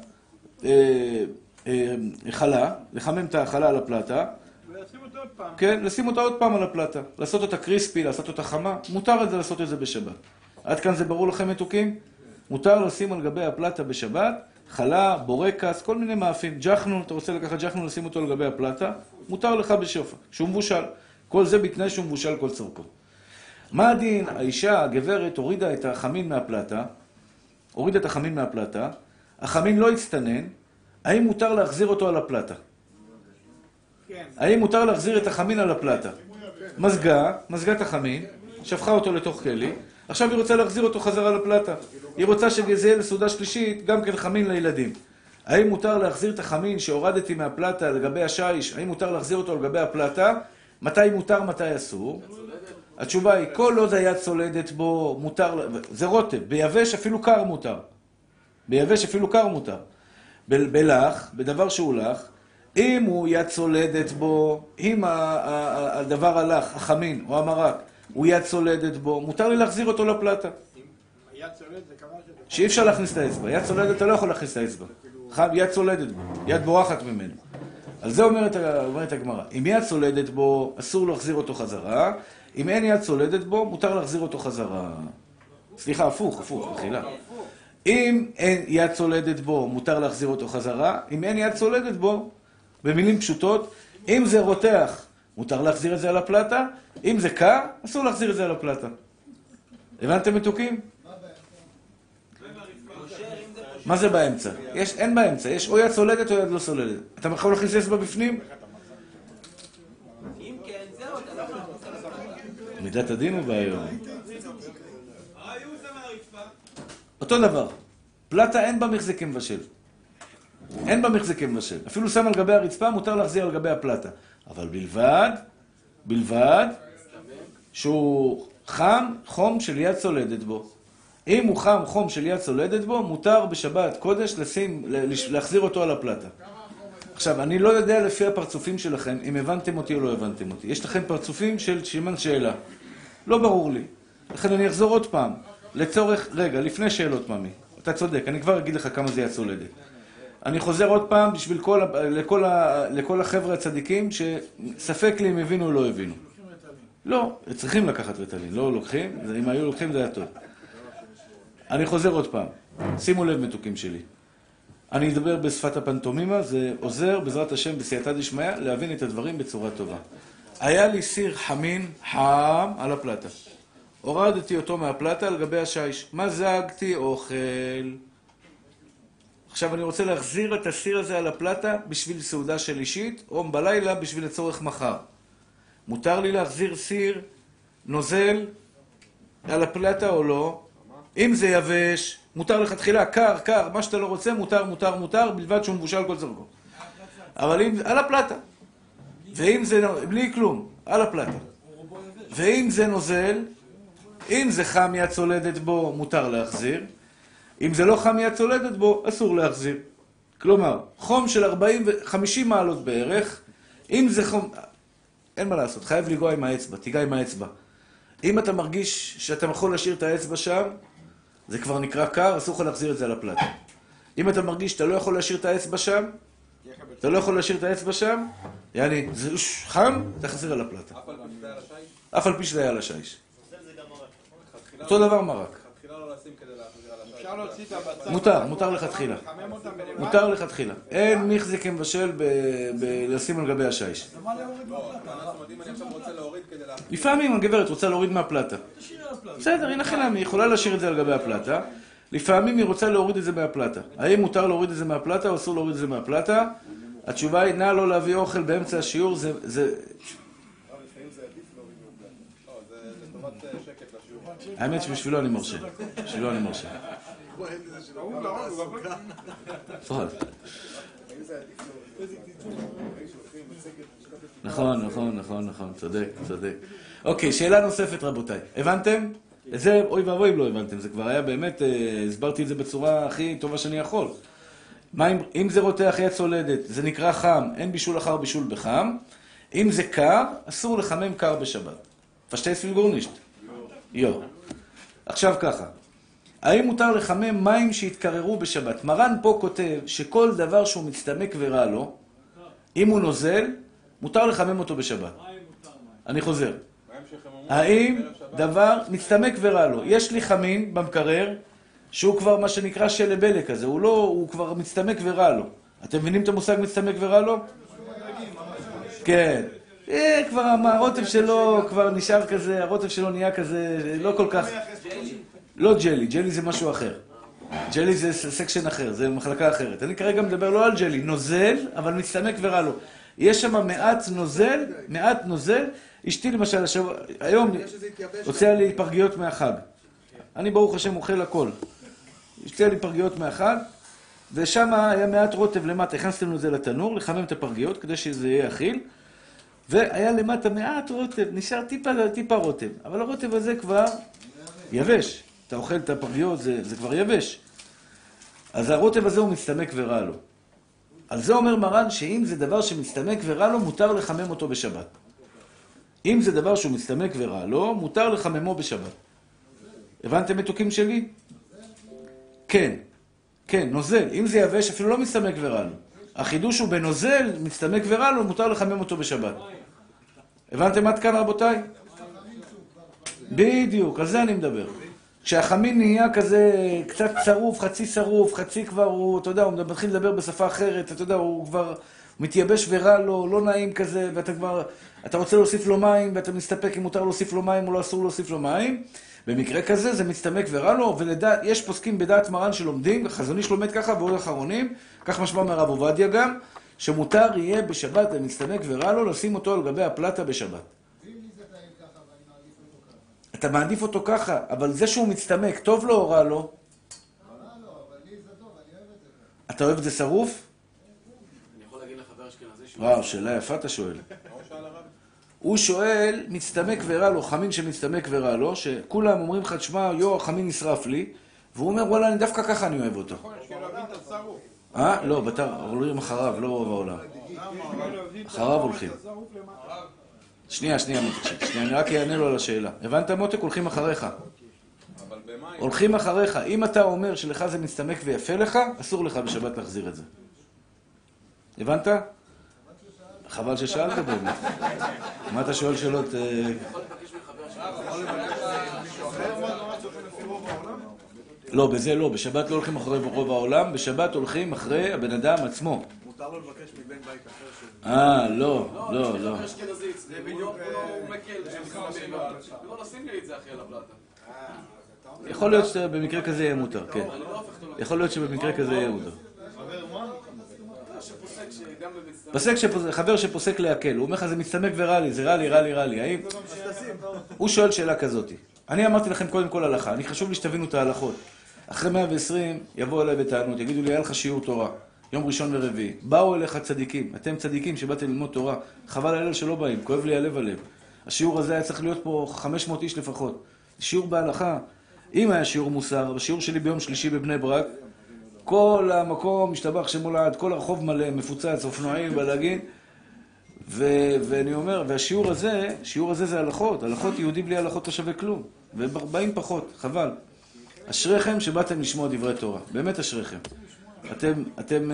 חלה, לחמם את החלה על הפלטה. ולשים אותו עוד פעם. כן, לשים אותה עוד פעם על הפלטה. לעשות אותה קריספי, לעשות אותה חמה. מותר את זה לעשות את זה בשבת. עד כאן זה ברור לכם מתוקים? מותר לשים על גבי הפלטה בשבת, חלה, בורקס, כל מיני מאפים. ג'חנון, אתה רוצה לקחת ג'חנון, לשים אותו על גבי הפלטה, מותר לך בשופע, שהוא מבושל. כל זה בתנאי שהוא מבושל כל צורכו. מה הדין? האישה, הגברת, הורידה את החמין מהפלטה, הורידה את החמין מהפלטה, החמין לא הצטנן, האם מותר להחזיר אותו על הפלטה? כן. האם מותר להחזיר את החמין על הפלטה? מזגה את החמין, שפכה אותו לתוך כלי, עכשיו היא רוצה להחזיר אותו חזרה לפלטה. היא רוצה שזה יהיה לסעודה שלישית, גם כן חמין לילדים. האם מותר להחזיר את החמין שהורדתי מהפלטה לגבי השיש? האם מותר להחזיר אותו לגבי הפלטה? מתי מותר, מתי אסור? התשובה היא, כל עוד היד צולדת בו, מותר, זה רוטב, ביבש אפילו קר מותר. ביבש אפילו קר מותר. בלח, בדבר שהוא לח, אם הוא יד צולדת בו, אם הדבר הלח, החמין או המרק, הוא יד צולדת בו, מותר לי להחזיר אותו לפלטה. יד צולדת זה כמה שזה... שאי אפשר להכניס את האצבע. יד צולדת אתה לא יכול להכניס את האצבע. יד צולדת בו, יד בורחת ממנו. על זה אומרת הגמרא. אם יד צולדת בו, אסור להחזיר אותו חזרה. אם אין יד צולדת בו, מותר להחזיר אותו חזרה. סליחה, הפוך, מחילה. אם אין יד צולדת בו, מותר להחזיר אותו חזרה. אם אין יד צולדת בו, במילים פשוטות, אם זה רותח, מותר להחזיר את זה על הפלטה. אם זה קר, אסור להחזיר את זה על הפלטה. הבנתם מתוקים? מה זה באמצע? אין באמצע, יש או יד צולדת או יד לא צולדת. אתה יכול להכניס אצבע בפנים? אם כן, זהו, אתה לא יכול להכניס על הפלטה. מידת הדין הוא בעיות. היו זה מהרצפה. אותו דבר. פלטה אין בה מחזקי מבשל. אין בה מחזקי מבשל. אפילו שם על גבי הרצפה, מותר להחזיר על גבי הפלטה. אבל בלבד, שהוא חום של יד צולדת בו. אם הוא חום של יד צולדת בו, מותר בשבת קודש להחזיר אותו על הפלטה. עכשיו, אני לא יודע לפי הפרצופים שלכם, אם הבנתם אותי או לא הבנתם אותי. יש לכם פרצופים של שימן שאלה. לא ברור לי. לכן אני אחזור עוד פעם. לצורך, רגע, לפני שאלות ממי. אתה צודק, אני כבר אגיד לך כמה זה יד צולדת. אני חוזר עוד פעם בשביל לכל החבר'ה הצדיקים שספק לי אם הבינו או לא הבינו. לא, צריכים לקחת ריטלין, לא לוקחים, אם היו לוקחים זה היה טוב. אני חוזר עוד פעם, שימו לב מתוקים שלי. אני אדבר בשפת הפנטומימה, זה עוזר בעזרת השם בסייעתא דשמיא להבין את הדברים בצורה טובה. היה לי סיר חמין חם על הפלטה. הורדתי אותו מהפלטה על גבי השיש. מזגתי אוכל. עכשיו אני רוצה להחזיר את הסיר הזה על הפלטה בשביל סעודה של אישית, או בלילה בשביל לצורך מחר. מותר לי להחזיר סיר, נוזל, על הפלטה או לא? אם זה יבש, מותר לכתחילה, קר, מה שאתה לא רוצה, מותר, בלבד שהוא מבושל כל זרקו. אבל אם, על הפלטה. ואם זה, בלי כלום, על הפלטה. ואם זה נוזל, אם זה חם יד צולדת בו, מותר להחזיר. אם זה לא חם יד צולדת בו, אסור להחזיר. כלומר, חום של 50 מעלות בערך, אם זה חום, אין מה לעשות, חייב לגוע עם האצבע, תיגע עם האצבע. אם אתה מרגיש שאתה יכול להשאיר את האצבע שם, זה כבר נקרא קר, אסור לך להחזיר את זה על הפלטה. אם אתה מרגיש שאתה לא יכול להשאיר את האצבע שם, יעני, זה חם, תחזיר על הפלטה. אף על פי שזה היה על השיש. אותו דבר מרק. מותר לכתחילה. מותר לכתחילה. אין מיכזה כמבשל לשים על גבי השיש. לפעמים הגברת רוצה להוריד מהפלטה. בסדר, הנה חינם, היא יכולה להשאיר את זה על גבי הפלטה. לפעמים היא רוצה להוריד את זה מהפלטה. האם מותר להוריד את זה מהפלטה או אסור להוריד את זה מהפלטה? התשובה היא, נא לא להביא אוכל באמצע השיעור, זה... האמת שבשבילו אני מרשה. נכון, צודק. אוקיי, שאלה נוספת רבותיי. הבנתם? זה, אוי ואבוי אם לא הבנתם, זה כבר היה באמת, הסברתי את זה בצורה הכי טובה שאני יכול. אם זה רותח יד צולדת, זה נקרא חם, אין בישול אחר בישול בחם. אם זה קר, אסור לחמם קר בשבת. פשטייס פילגורנישט. עכשיו ככה, האם מותר לחמם מים שהתקררו בשבת? מרן פה כותב שכל דבר שהוא מצטמק ורע לו, אם הוא נוזל, מותר לחמם אותו בשבת. אני חוזר. האם דבר מצטמק ורע לו? יש לי חמין במקרר, שהוא כבר מה שנקרא שלבלה כזה, הוא כבר מצטמק ורע לו. אתם מבינים את המושג מצטמק ורע לו? כן. כבר הרוטב שלו כבר נשאר כזה, הרוטב שלו נהיה כזה, לא כל כך... לא ג'לי, ג'לי זה משהו אחר. ג'לי זה סקשן אחר, זה מחלקה אחרת. אני כרגע מדבר לא על ג'לי, נוזל, אבל מצטמק ורע לו. יש שם מעט נוזל. אשתי למשל, היום הוציאה לי פרגיות מהחג. אני ברוך השם אוכל הכל. הוציאה לי פרגיות מהחג, ושם היה מעט רוטב למטה. הכנסתם את זה לתנור, לחמם את הפרגיות כדי שזה יהיה אכיל. והיה למטה מעט רוטב, נשאר טיפה רוטב. אבל הרוטב הזה כבר יבש. אתה אוכל את הפרגיות, זה כבר יבש. אז הרוטב הזה הוא מצטמק ורע לו. על זה אומר מרן שאם זה דבר שמצטמק ורע לו, מותר לחמם אותו בשבת. אם זה דבר שהוא מצטמק ורע לו, מותר לחממו בשבת. הבנתם מתוקים שלי? כן, נוזל. אם זה יבש, אפילו לא מצטמק ורע לו. החידוש הוא בנוזל, מצטמק ורע לו, מותר לחמם אותו בשבת. הבנתם עד כאן רבותיי? בדיוק, על זה אני מדבר. כשהחמין נהיה כזה קצת צרוף, חצי כבר הוא, אתה יודע, הוא מתחיל לדבר בשפה אחרת, אתה יודע, הוא כבר מתייבש ורע לו, לא נעים כזה, ואתה כבר, אתה רוצה להוסיף לו מים, ואתה מסתפק אם מותר להוסיף לו מים או לא אסור להוסיף לו מים. במקרה כזה זה מצטמק ורע לו, ויש פוסקים בדעת מרן שלומדים, חזון איש לומד ככה ועוד אחרונים, כך משמע מהרב עובדיה גם, שמותר יהיה בשבת ומצטמק ורע לו, לשים אותו על גבי הפלטה בשבת. אתה מעדיף אותו ככה, אבל זה שהוא מצטמק, טוב לו או רע לו? רע לו, אבל לי זה טוב, אני אוהב את זה. אתה אוהב את זה שרוף? אני יכול להגיד לחבר אשכנזי שהוא... וואו, שאלה יפה אתה שואל. הוא שואל, מצטמק ורע לו, חמין שמצטמק ורע לו, שכולם אומרים לך, תשמע, החמין נשרף לי, והוא אומר, וואלה, אני דווקא ככה אני אוהב אותו. לא, הולכים אחריו, לא רוב העולם. אחריו הולכים. שנייה, אני רק אענה לו על השאלה. הבנת מותק? הולכים אחריך. הולכים אחריך. אם אתה אומר שלך זה מצטמק ויפה לך, אסור לך בשבת להחזיר את זה. הבנת? חבל ששאלת באמת. מה אתה שואל שאלות? לא, בזה לא. בשבת לא הולכים אחרי רוב העולם, בשבת הולכים אחרי הבן אדם עצמו. מותר לו לבקש מבן בית אחר לא. לא. אשכנזי אצלי, הוא לא מקל שמסתובבים. לא, שים לי את זה אחרי לפלטה. יכול להיות שבמקרה כזה יהיה מותר, כן. יכול להיות שבמקרה כזה יהיה מותר. חבר שפוסק להקל, הוא אומר לך זה מצטמק ורע לי, זה רע לי. האם? הוא שואל שאלה כזאת. אני אמרתי לכם קודם כל הלכה, חשוב לי שתבינו את ההלכות. אחרי 120 יבואו אליי בטענות, יגידו לי, היה לך שיעור תורה, יום ראשון ורביעי. באו אליך צדיקים, אתם צדיקים שבאתם ללמוד תורה, חבל הלל שלא באים, כואב לי הלב. השיעור הזה היה צריך להיות פה 500 איש לפחות. שיעור בהלכה, אם היה שיעור מוסר, בשיעור שלי ביום שלישי בבני ברק, כל המקום משתבח שמולד, כל הרחוב מלא, מפוצץ, אופנועים, בלגין, ואני אומר, והשיעור הזה זה הלכות. הלכות יהודי בלי הלכות לא שווה כלום. ובאים פחות, חבל. אשריכם שבאתם לשמוע דברי תורה. באמת אשריכם. אתם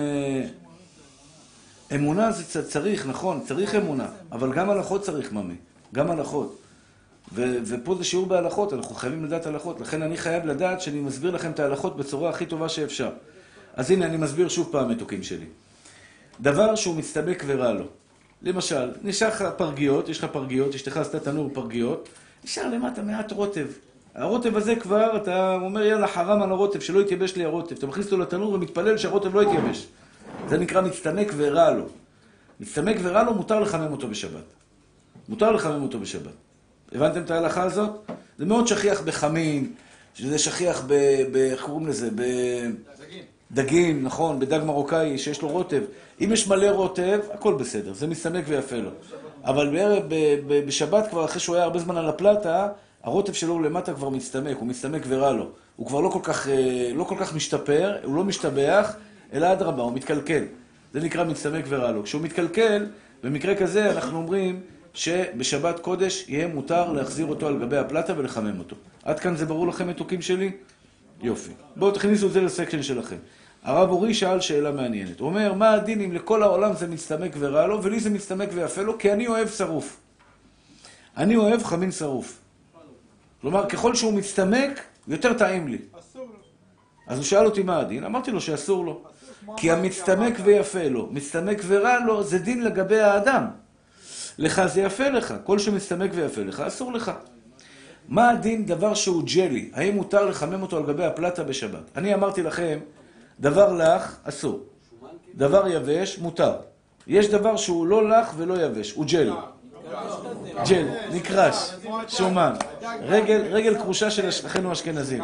אמונה זה צריך, נכון, צריך אמונה. אבל גם הלכות צריך, ממי. גם הלכות. ופה זה שיעור בהלכות, אנחנו חייבים לדעת הלכות. לכן אני חייב לדעת שאני מסביר לכם את ההלכות בצורה הכי טובה שאפשר. אז הנה, אני מסביר שוב פעם מתוקים שלי. דבר שהוא מצטמק ורע לו. למשל, נשאר לך פרגיות, יש לך פרגיות, אשתך עשתה תנור פרגיות, נשאר למטה מעט רוטב. הרוטב הזה כבר, אתה אומר, יאללה, חרם על הרוטב, שלא יתייבש לי הרוטב. אתה מכניס אותו לתנור ומתפלל שהרוטב לא יתייבש. זה נקרא מצטמק ורע לו. מצטמק ורע לו, מותר לחמם אותו בשבת. מותר לחמם אותו בשבת. הבנתם את ההלכה הזאת? זה מאוד שכיח בחמין, שזה שכיח איך קוראים לזה? דגים, נכון, בדג מרוקאי שיש לו רוטב. אם יש מלא רוטב, הכל בסדר, זה מסתמק ויפה לו. אבל בשבת כבר, אחרי שהוא היה הרבה זמן על הפלטה, הרוטב שלו למטה כבר מצטמק, הוא מצטמק ורע לו. הוא כבר לא כל כך משתפר, הוא לא משתבח, אלא אדרבה, הוא מתקלקל. זה נקרא מצטמק ורע לו. כשהוא מתקלקל, במקרה כזה אנחנו אומרים שבשבת קודש יהיה מותר להחזיר אותו על גבי הפלטה ולחמם אותו. עד כאן זה ברור לכם מתוקים שלי? יופי. בואו תכניסו את זה לסקשן שלכם. הרב אורי שאל שאלה מעניינת. הוא אומר, מה הדין אם לכל העולם זה מצטמק ורע לו, ולי זה מצטמק ויפה לו, כי אני אוהב שרוף. אני אוהב חמין שרוף. כלומר, ככל שהוא מצטמק, יותר טעים לי. אז הוא שאל אותי מה הדין, אמרתי לו שאסור לו. כי המצטמק ויפה לו, מצטמק ורע לו, זה דין לגבי האדם. לך זה יפה לך, כל שמצטמק ויפה לך, אסור לך. מה הדין דבר שהוא ג'לי? האם מותר לחמם אותו על גבי הפלטה בשבת? אני אמרתי לכם, דבר לך, אסור. דבר יבש, מותר. יש דבר שהוא לא לך ולא יבש, הוא ג'ל. ג'ל, נקרש, שומן. רגל קרושה של אחינו אשכנזים.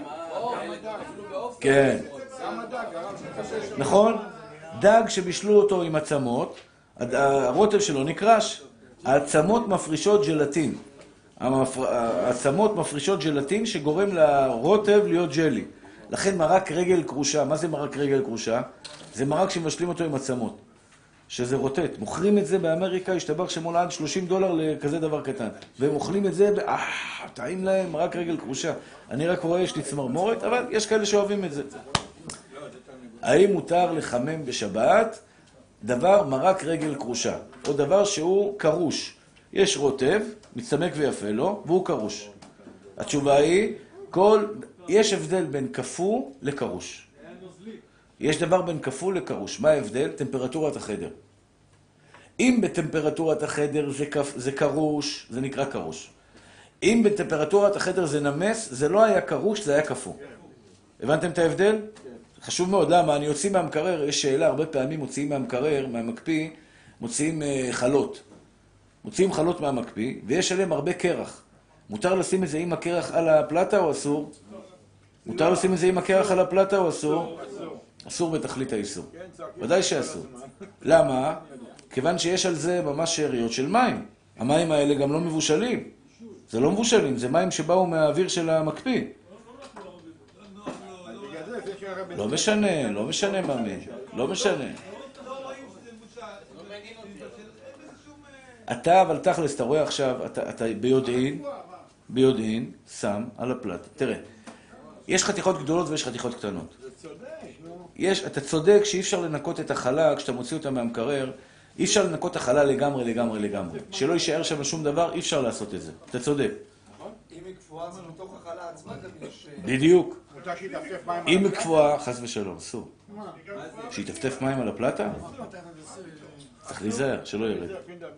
כן. נכון? דג שבישלו אותו עם עצמות, הרוטב שלו נקרש. העצמות מפרישות ג'לטין. העצמות מפרישות ג'לטין שגורם לרוטב להיות ג'לי. לכן מרק רגל קרושה. מה זה מרק רגל קרושה? זה מרק שמשלים אותו עם עצמות. שזה רוטט. מוכרים את זה באמריקה, השתבח שמולד $30 לכזה דבר קטן. והם אוכלים את זה, טעים להם מרק רגל קרושה. אני רק רואה, יש לי צמרמורת, אבל יש כאלה שאוהבים את זה. האם מותר לחמם בשבת דבר מרק רגל קרושה? או דבר שהוא קרוש. יש רוטב, מצטמק ויפה לו, והוא קרוש. התשובה היא, יש הבדל בין קפוא לקרוש. יש דבר בין קפוא לקרוש. מה ההבדל? טמפרטורת החדר. אם בטמפרטורת החדר זה קרוש, זה נקרא קרוש. אם בטמפרטורת החדר זה נמס, זה לא היה קרוש, זה היה קפוא. הבנתם את ההבדל? חשוב מאוד. למה? אני יוצאים מהמקרר, יש שאלה, הרבה פעמים מוציאים מהמקרר, מהמקפיא, מוציאים חלות. מוציאים חלות מהמקפיא, ויש עליהם הרבה קרח. מותר לשים את זה עם הקרח על הפלטה או אסור? מותר לשים את זה עם הקרח על הפלטה או אסור? אסור בתכלית האיסור. ודאי שאסור. למה? כיוון שיש על זה ממש שאריות של מים. המים האלה גם לא מבושלים. זה לא מבושלים, זה מים שבאו מהאוויר של המקפיא. לא משנה, לא משנה ממי. לא משנה. אתה, אבל תכלס, אתה רואה עכשיו, אתה ביודעין, שם על הפלטה. תראה, יש חתיכות גדולות ויש חתיכות קטנות. אתה צודק שאי אפשר לנקות את החלה, כשאתה מוציא אותה מהמקרר, אי אפשר לנקות את החלה לגמרי. שלא יישאר שם שום דבר, אי אפשר לעשות את זה. אתה צודק. אם היא קפואה, אז בתוך החלה עצמה גם יש... בדיוק. מותר שיטפטף מים על אם הפלטה? קפואה, חס ושלום, אסור. שיטפטף מים על הפלטה? צריך להיזהר, שלא ירד.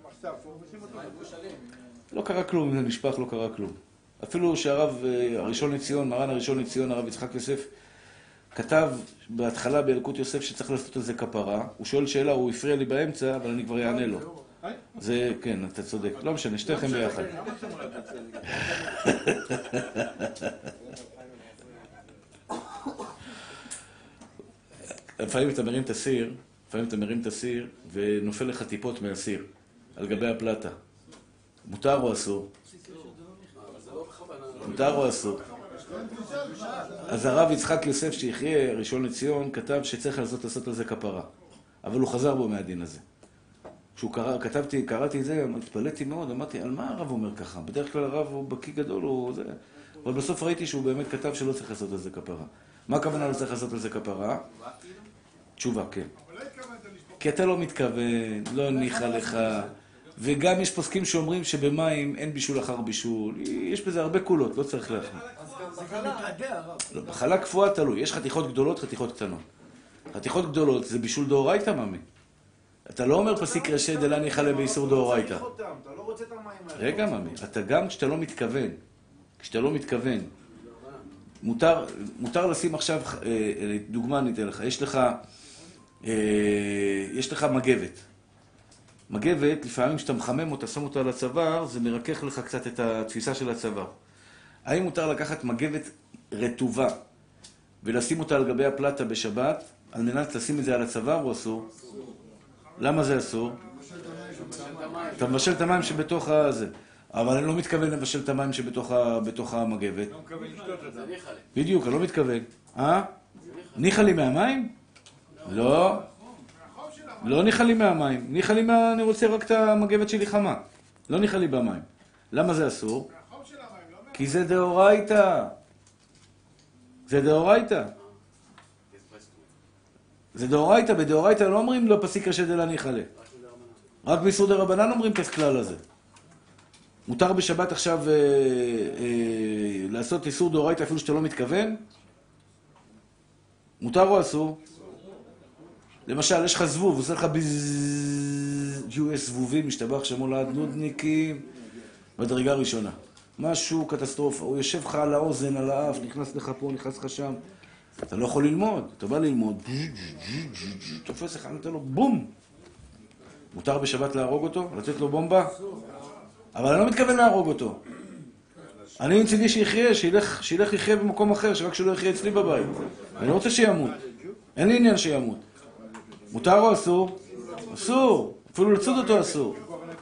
לא קרה כלום, אם זה נשפך לא קרה כלום. אפילו שהרב הראשון לציון, מרן הראשון לציון, הרב יצחק יוסף, כתב בהתחלה באלוקות יוסף שצריך לעשות על זה כפרה. הוא שואל שאלה, הוא הפריע לי באמצע, אבל אני כבר אענה לו. זה, כן, אתה צודק. לא משנה, שתיכם ביחד. לפעמים אתה מרים את הסיר, ונופל לך טיפות מהסיר, על גבי הפלטה. מותר או אסור? מותר או אסור? אז הרב יצחק יוסף שיחיה, ראשון לציון, כתב שצריך לעשות על זה כפרה. אבל הוא חזר בו מהדין הזה. כשהוא קראתי את זה, התפלאתי מאוד, אמרתי, על מה הרב אומר ככה? בדרך כלל הרב הוא בקיא גדול, הוא זה. אבל בסוף ראיתי שהוא באמת כתב שלא צריך לעשות על זה כפרה. מה הכוונה לא צריך לעשות על זה כפרה? תשובה, כן. כי אתה לא מתכוון, לא הניחה לך, וגם יש פוסקים שאומרים שבמים אין בישול אחר בישול. יש בזה הרבה קולות, לא צריך להכניס. לא, בחלה קפואה תלוי. יש חתיכות גדולות, חתיכות קטנות. חתיכות גדולות זה בישול דאורייתא, ממי. אתה לא אומר פסיק רשע דלה ניחא באיסור דאורייתא. אתה לא רוצה את המים האלה. רגע, ממי. אתה גם כשאתה לא מתכוון, מותר לשים עכשיו, דוגמה אני אתן לך, יש לך מגבת. מגבת, לפעמים כשאתה מחמם אותה, שם אותה על הצוואר, זה מרכך לך קצת את התפיסה של הצוואר. האם מותר לקחת מגבת רטובה ולשים אותה על גבי הפלטה בשבת, על מנת לשים את זה על הצוואר או אסור? למה זה אסור? אתה מבשל את המים שבתוך הזה. אבל אני לא מתכוון לבשל את המים שבתוך המגבת. לא מתכוון לשתות את זה. בדיוק, אני לא מתכוון. ניחא לי מהמים? לא. לא ניחא לי מהמים. ניחא לי אני רוצה רק את המגבת שלי חמה. לא ניחא לי במים. למה זה אסור? כי זה דאורייתא. זה דאורייתא. זה דאורייתא. בדאורייתא לא אומרים לא פסיק רשע דלה ניחא לה. רק באיסור דרבנן אומרים את הכלל הזה. מותר בשבת עכשיו לעשות איסור דאורייתא אפילו שאתה לא מתכוון? מותר או אסור? למשל, יש לך זבוב, עושה לך יש זבובים, משתבח שמו לעד נודניקים, בדרגה ראשונה. משהו קטסטרופה, הוא יושב לך על האוזן, על האף, נכנס לך פה, נכנס לך שם. אתה לא יכול ללמוד, אתה בא ללמוד, תופס לך, נותן לו בום. מותר בשבת להרוג אותו? לתת לו בומבה? אבל אני לא מתכוון להרוג אותו. אני מצידי שיחיה, שילך יחיה במקום אחר, שרק שלא יחיה אצלי בבית. אני לא רוצה שימות. אין לי עניין שימות. מותר או אסור? אסור. אפילו לצוד אותו אסור.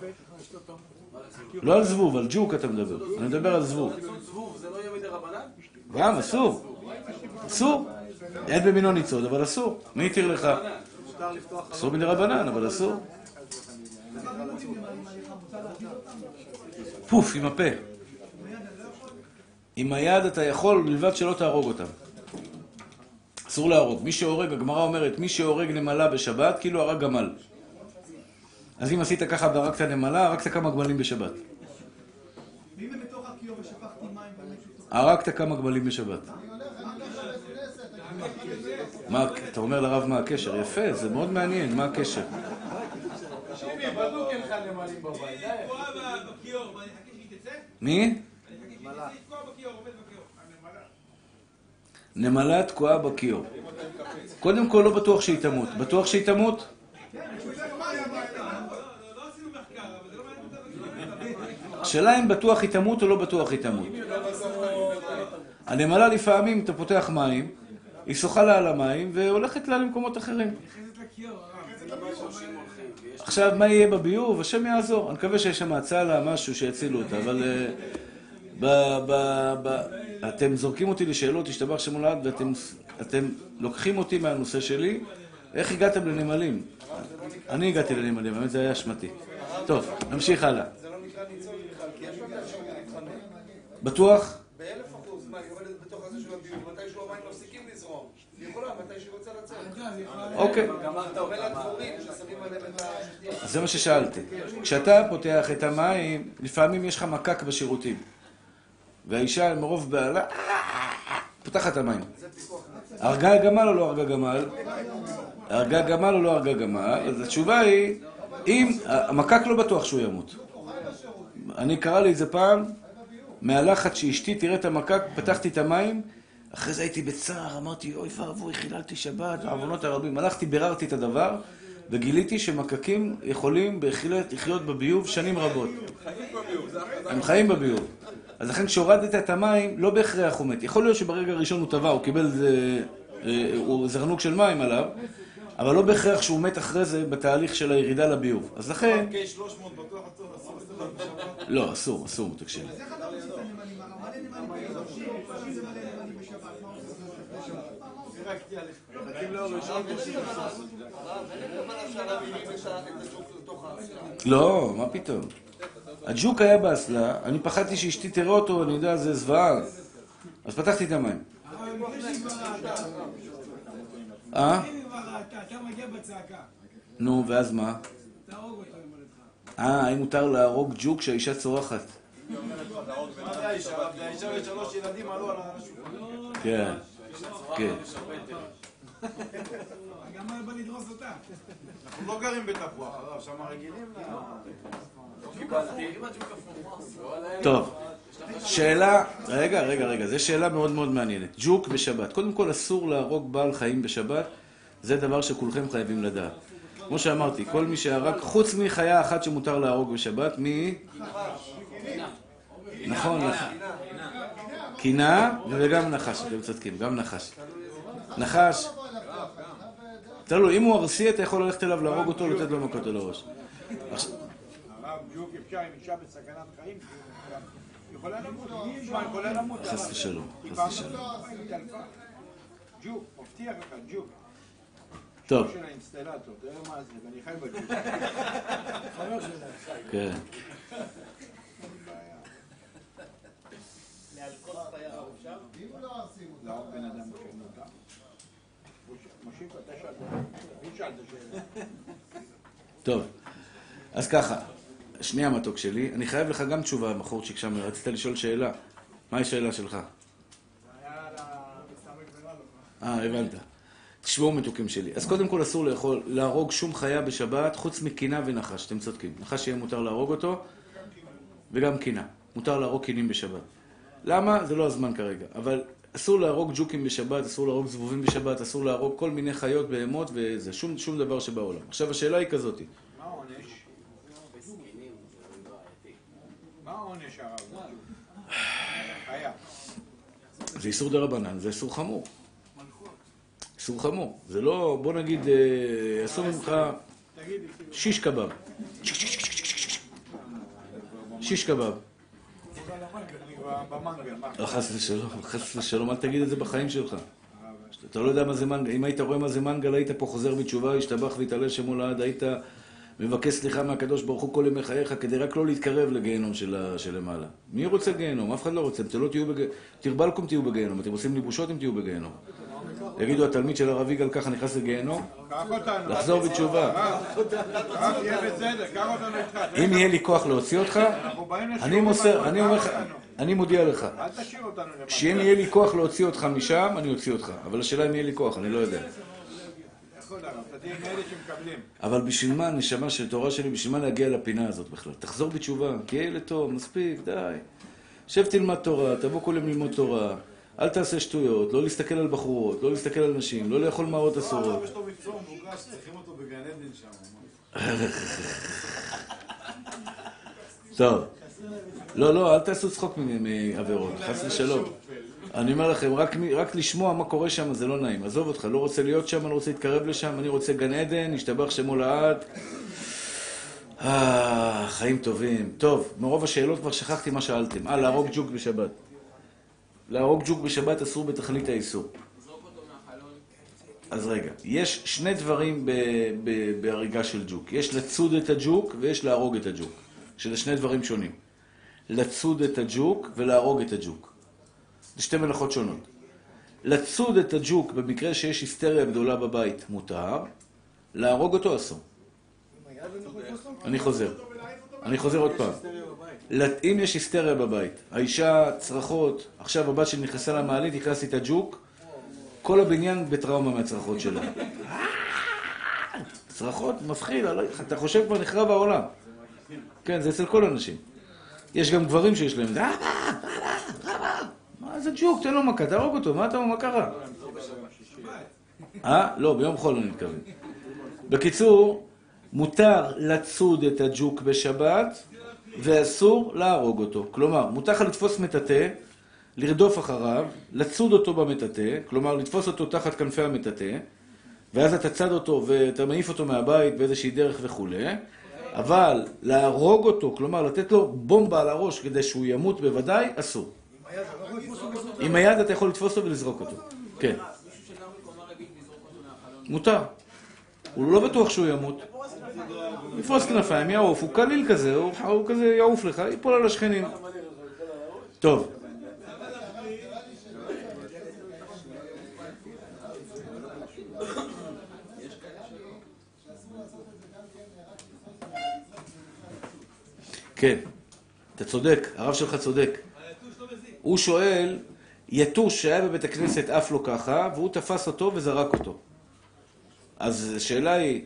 לא על זבוב, על ג'וק אתה מדבר. אני מדבר על זבוב. זבוב, זה לא יהיה מדי רבנן? גם, אסור. אסור. אין במינו ניצוד, אבל אסור. מי יתיר לך? אסור מדי רבנן, אבל אסור. פוף, עם הפה. עם היד אתה יכול, בלבד שלא תהרוג אותם. אסור להרוג. מי שהורג, הגמרא אומרת, מי שהורג נמלה בשבת, כאילו הרג גמל. אז אם עשית ככה והרגת נמלה, הרגת כמה גמלים בשבת. ואם הם בתוך הכיור ושפכתי מים במשהו... הרגת כמה גמלים בשבת. מה, אתה אומר לרב מה הקשר? יפה, זה מאוד מעניין, מה הקשר? שימי, בדוק אין לך נמלים בבית. היא תקועה בכיור, מה, אני חכה שהיא תצא? מי? אני חכה שהיא תצא, היא תקועה בכיור, עומד בכיור. נמלה תקועה בכיור. קודם כל לא בטוח שהיא תמות. בטוח שהיא תמות? לא עשינו מחקר, אבל זה לא מעניין אותה. השאלה אם בטוח היא תמות או לא בטוח היא תמות. הנמלה לפעמים אתה פותח מים, היא שוחה לה על המים והולכת לה למקומות אחרים. נכנסת לכיור, עכשיו מה יהיה בביוב? השם יעזור. אני מקווה שיש שם הצלה, משהו שיצילו אותה, אבל אתם זורקים אותי לשאלות, השתבח שם הולד, ואתם לוקחים אותי מהנושא שלי. איך הגעתם לנמלים? אני הגעתי לנמלים, באמת זה היה אשמתי. טוב, נמשיך הלאה. זה לא נקרא ניצול בכלל, כי יש מצב שהוא להתחנן. בטוח? ב1,000%, מה, היא עובדת בתוך הזה של הביוב, מתי שהוא המים מפסיקים לזרום. היא יכולה, מתי שהיא רוצה לצאת. אוקיי. אתה אומר לדבורים ששמים עליהם את השתייה. אז זה מה ששאלתי. כשאתה פותח את המים, לפעמים יש לך מקק בשירותים. והאישה מרוב בעלה, פותחת את המים. הרגה גמל או לא הרגה גמל? הרגה גמל או לא הרגה גמל? אז התשובה היא, אם המקק לא בטוח שהוא ימות. אני קרא לי את זה פעם, מהלחץ שאשתי תראה את המקק, פתחתי את המים, אחרי זה הייתי בצער, אמרתי, אוי ואבוי, חיללתי שבת, העוונות הרבים. הלכתי, ביררתי את הדבר, וגיליתי שמקקים יכולים בהחלט לחיות בביוב שנים רבות. הם חיים בביוב. אז לכן כשהורדת את המים, לא בהכרח הוא מת. יכול להיות שברגע הראשון הוא טבע, הוא קיבל זרנוק של מים עליו, אבל לא בהכרח שהוא מת אחרי זה בתהליך של הירידה לביוב. אז לכן... K300 בטוח אסור בשבת. לא, אסור, תקשיב. אז איך אתה מוציא את הנמלים? מלא נמלים ביום, לפעמים זה מלא נמלים בשבת, מה עושה זה? פירקתי עליך. מחכים לאור ראשון ועושים בסוף. לא, מה פתאום? הג'וק היה באסלה, אני פחדתי שאשתי תראה אותו, אני יודע, זה זוועה. אז פתחתי את המים. אתה מגיע בצעקה. נו, ואז מה? תהרוג אותו עם הלדך. האם מותר להרוג ג'וק שהאישה צורחת? מה זה האישה? האישה ושלוש ילדים עלו על השולחן. כן, כן. גם מה בא לדרוס אותה? אנחנו לא גרים בתפוח, הרב, שם רגילים טוב, שאלה, רגע, זו שאלה מאוד מאוד מעניינת. ג'וק בשבת. קודם כל אסור להרוג בעל חיים בשבת, זה דבר שכולכם חייבים לדעת. כמו שאמרתי, כל מי שהרג, חוץ מחיה אחת שמותר להרוג בשבת, מי? נכון, קינה וגם נחש, אתם צודקים, גם נחש. נחש, תלוי, אם הוא ארסי, אתה יכול ללכת אליו להרוג אותו, לתת לו מכות על הראש. הרב, ג'וק אפשר עם אישה בסכנת חיים? יכולה למות, יכולה למות. חס ושלום, חס ושלום. ג'וק, מבטיח לך, ג'וק. טוב. של האינסטלטור, תראה מה זה, ואני חי בג'וק. כן. להרוג בן אדם שמותר. מושיב, אתה שאלת. מי שאלת שאלה? טוב, אז ככה, שנייה מתוק שלי, אני חייב לך גם תשובה, מחורצ'יק שם, רצית לשאול שאלה. מה השאלה שלך? זה היה על המסתמק ולא. הבנת. תשמעו מתוקים שלי. אז קודם כל אסור להרוג שום חיה בשבת, חוץ מקינה ונחש, אתם צודקים. נחש יהיה מותר להרוג אותו, וגם קינה. מותר להרוג קינים בשבת. למה? זה לא הזמן כרגע. אבל אסור להרוג ג'וקים בשבת, אסור להרוג זבובים בשבת, אסור להרוג כל מיני חיות בהמות וזה, שום דבר שבעולם. עכשיו השאלה היא כזאת. מה העונש? מה העונש הרב? חיה. זה איסור דרבנן, זה איסור חמור. איסור חמור. זה לא, בוא נגיד, אסור ממך שיש קבב. שיש קבב. חס ושלום, אל תגיד את זה בחיים שלך. אתה לא יודע מה זה מנגל. אם היית רואה מה זה מנגל, היית פה חוזר בתשובה, השתבח והתעלה שמו לעד, היית מבקש סליחה מהקדוש ברוך הוא כל ימי חייך, כדי רק לא להתקרב לגיהנום שלמעלה. מי רוצה גיהנום? אף אחד לא רוצה. אתם לא תהיו בגיהנום. תרבלקום תהיו בגיהנום. אתם עושים ליבושות אם תהיו בגיהנום. יגידו, התלמיד של הרב יגאל ככה נכנס לגיהנום? לחזור בתשובה. אם יהיה לי כוח להוציא אותך, אני מודיע לך. שאם יהיה לי כוח להוציא אותך משם, אני אוציא אותך. אבל השאלה אם יהיה לי כוח, אני לא יודע. אבל בשביל מה, נשמה של תורה שלי, בשביל מה להגיע לפינה הזאת בכלל? תחזור בתשובה, תהיה ילד טוב, מספיק, די. שב תלמד תורה, תבוא כל יום ללמוד תורה. אל תעשה שטויות, לא להסתכל על בחורות, לא להסתכל על נשים, לא לאכול מעות אסורות. יש לו מקצוע מוגש, צריכים אותו בגן עדן שם. טוב. לא, אל תעשו צחוק מעבירות, חס ושלום. אני אומר לכם, רק לשמוע מה קורה שם זה לא נעים. עזוב אותך, לא רוצה להיות שם, לא רוצה להתקרב לשם, אני רוצה גן עדן, השתבח שמו לעד. חיים טובים. טוב, מרוב השאלות כבר שכחתי מה שאלתם. להרוג ג'וק בשבת. להרוג ג'וק בשבת אסור בתכלית האיסור. אז רגע, יש שני דברים בהריגה של ג'וק. יש לצוד את הג'וק ויש להרוג את הג'וק. שזה שני דברים שונים. לצוד את הג'וק ולהרוג את הג'וק. זה שתי מלאכות שונות. לצוד את הג'וק במקרה שיש היסטריה גדולה בבית מותר, להרוג אותו אסור. אני חוזר. אני חוזר עוד פעם. אם יש היסטריה בבית, האישה, צרחות, עכשיו הבת שלי נכנסה למעלית, הכנסתי את הג'וק, כל הבניין בטראומה מהצרחות שלה. צרחות, מפחיד, אתה חושב כבר נחרב העולם. כן, זה אצל כל אנשים. יש גם גברים שיש להם, מה זה ג'וק? תן לו מכה, תהרוג אותו, מה קרה? לא, ביום חול אני מתכוון. בקיצור, מותר לצוד את הג'וק בשבת, ואסור להרוג אותו. כלומר, מותר לך לתפוס מטאטא, לרדוף אחריו, לצוד אותו במטאטא, כלומר, לתפוס אותו תחת כנפי המטאטא, ואז אתה צד אותו ואתה מעיף אותו מהבית באיזושהי דרך וכו'. אבל להרוג אותו, כלומר, לתת לו בומבה על הראש כדי שהוא ימות בוודאי, אסור. עם היד אתה יכול לתפוס אותו ולזרוק אותו. כן. מותר. הוא לא בטוח שהוא ימות. יפרוס כנפיים, יעוף, הוא קליל כזה, הוא כזה יעוף לך, ייפול על השכנים. טוב. כן, אתה צודק, הרב שלך צודק. הוא שואל, יתוש שהיה בבית הכנסת אף לא ככה, והוא תפס אותו וזרק אותו. אז השאלה היא,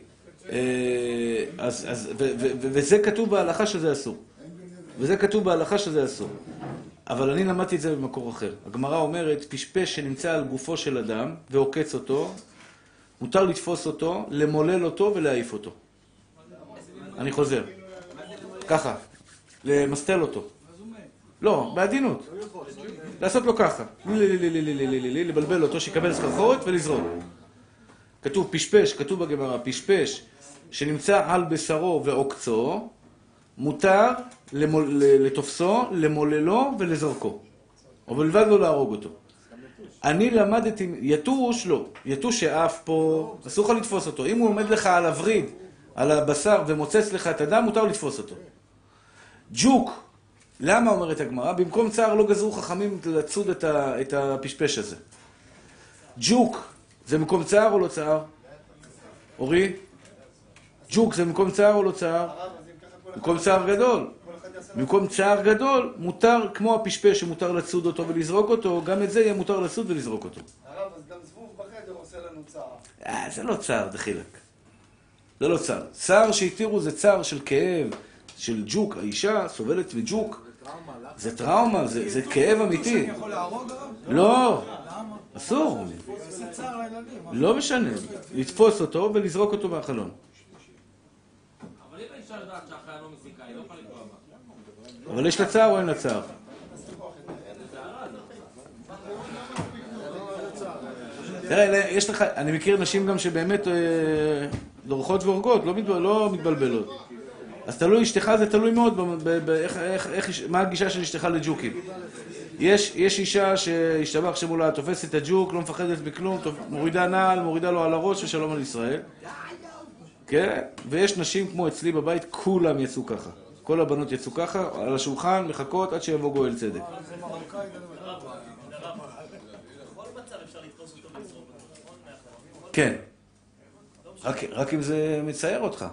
וזה כתוב בהלכה שזה אסור. וזה כתוב בהלכה שזה אסור. אבל אני למדתי את זה במקור אחר. הגמרא אומרת, פשפש שנמצא על גופו של אדם ועוקץ אותו, מותר לתפוס אותו, למולל אותו ולהעיף אותו. אני חוזר. ככה. למסטל אותו. לא, בעדינות. לעשות לו ככה. לבלבל אותו, שיקבל סחרחורת ולזרוק. כתוב פשפש, כתוב בגמרא, פשפש שנמצא על בשרו ועוקצו, מותר לתופסו, למוללו ולזרקו. אבל בלבד לא להרוג אותו. אני למדתי, יתוש לא. יתוש שאף פה, אסור לך לתפוס אותו. אם הוא עומד לך על הווריד, על הבשר ומוצץ לך את הדם, מותר לתפוס אותו. ג'וק, למה אומרת הגמרא? במקום צער לא גזרו חכמים לצוד את הפשפש הזה. ג'וק, זה מקום צער או לא צער? אורי? ג'וק זה מקום צער או לא צער? מקום צער גדול. במקום צער גדול, מותר, כמו הפשפש שמותר לצוד אותו ולזרוק אותו, גם את זה יהיה מותר לצוד ולזרוק אותו. הרב, אז גם זבוב בחדר עושה לנו צער. זה לא צער, דחילק. זה לא צער. צער שהתירו זה צער של כאב, של ג'וק. האישה סובלת מג'וק. זה טראומה, זה כאב אמיתי. אני יכול להרוג הרב? לא. אסור. לא משנה. לתפוס אותו ולזרוק אותו מהחלון. אבל אם האישה יודעת שהחיה לא מסיקה, היא לא יכולה לקרוא בה. אבל יש לה צער או אין לה צער? תראה, יש לך, אני מכיר נשים גם שבאמת דורכות והורגות, לא מתבלבלות. אז תלוי, אשתך זה תלוי מאוד מה הגישה של אשתך לג'וקים. יש אישה שהשתבח שמולה, תופסת את הג'וק, לא מפחדת בכלום, מורידה נעל, מורידה לו על הראש ושלום על ישראל. כן? ויש נשים כמו אצלי בבית, כולם יצאו ככה. כל הבנות יצאו ככה, על השולחן, מחכות עד שיבוא גואל צדק. כן. רק אם זה מצייר אותך.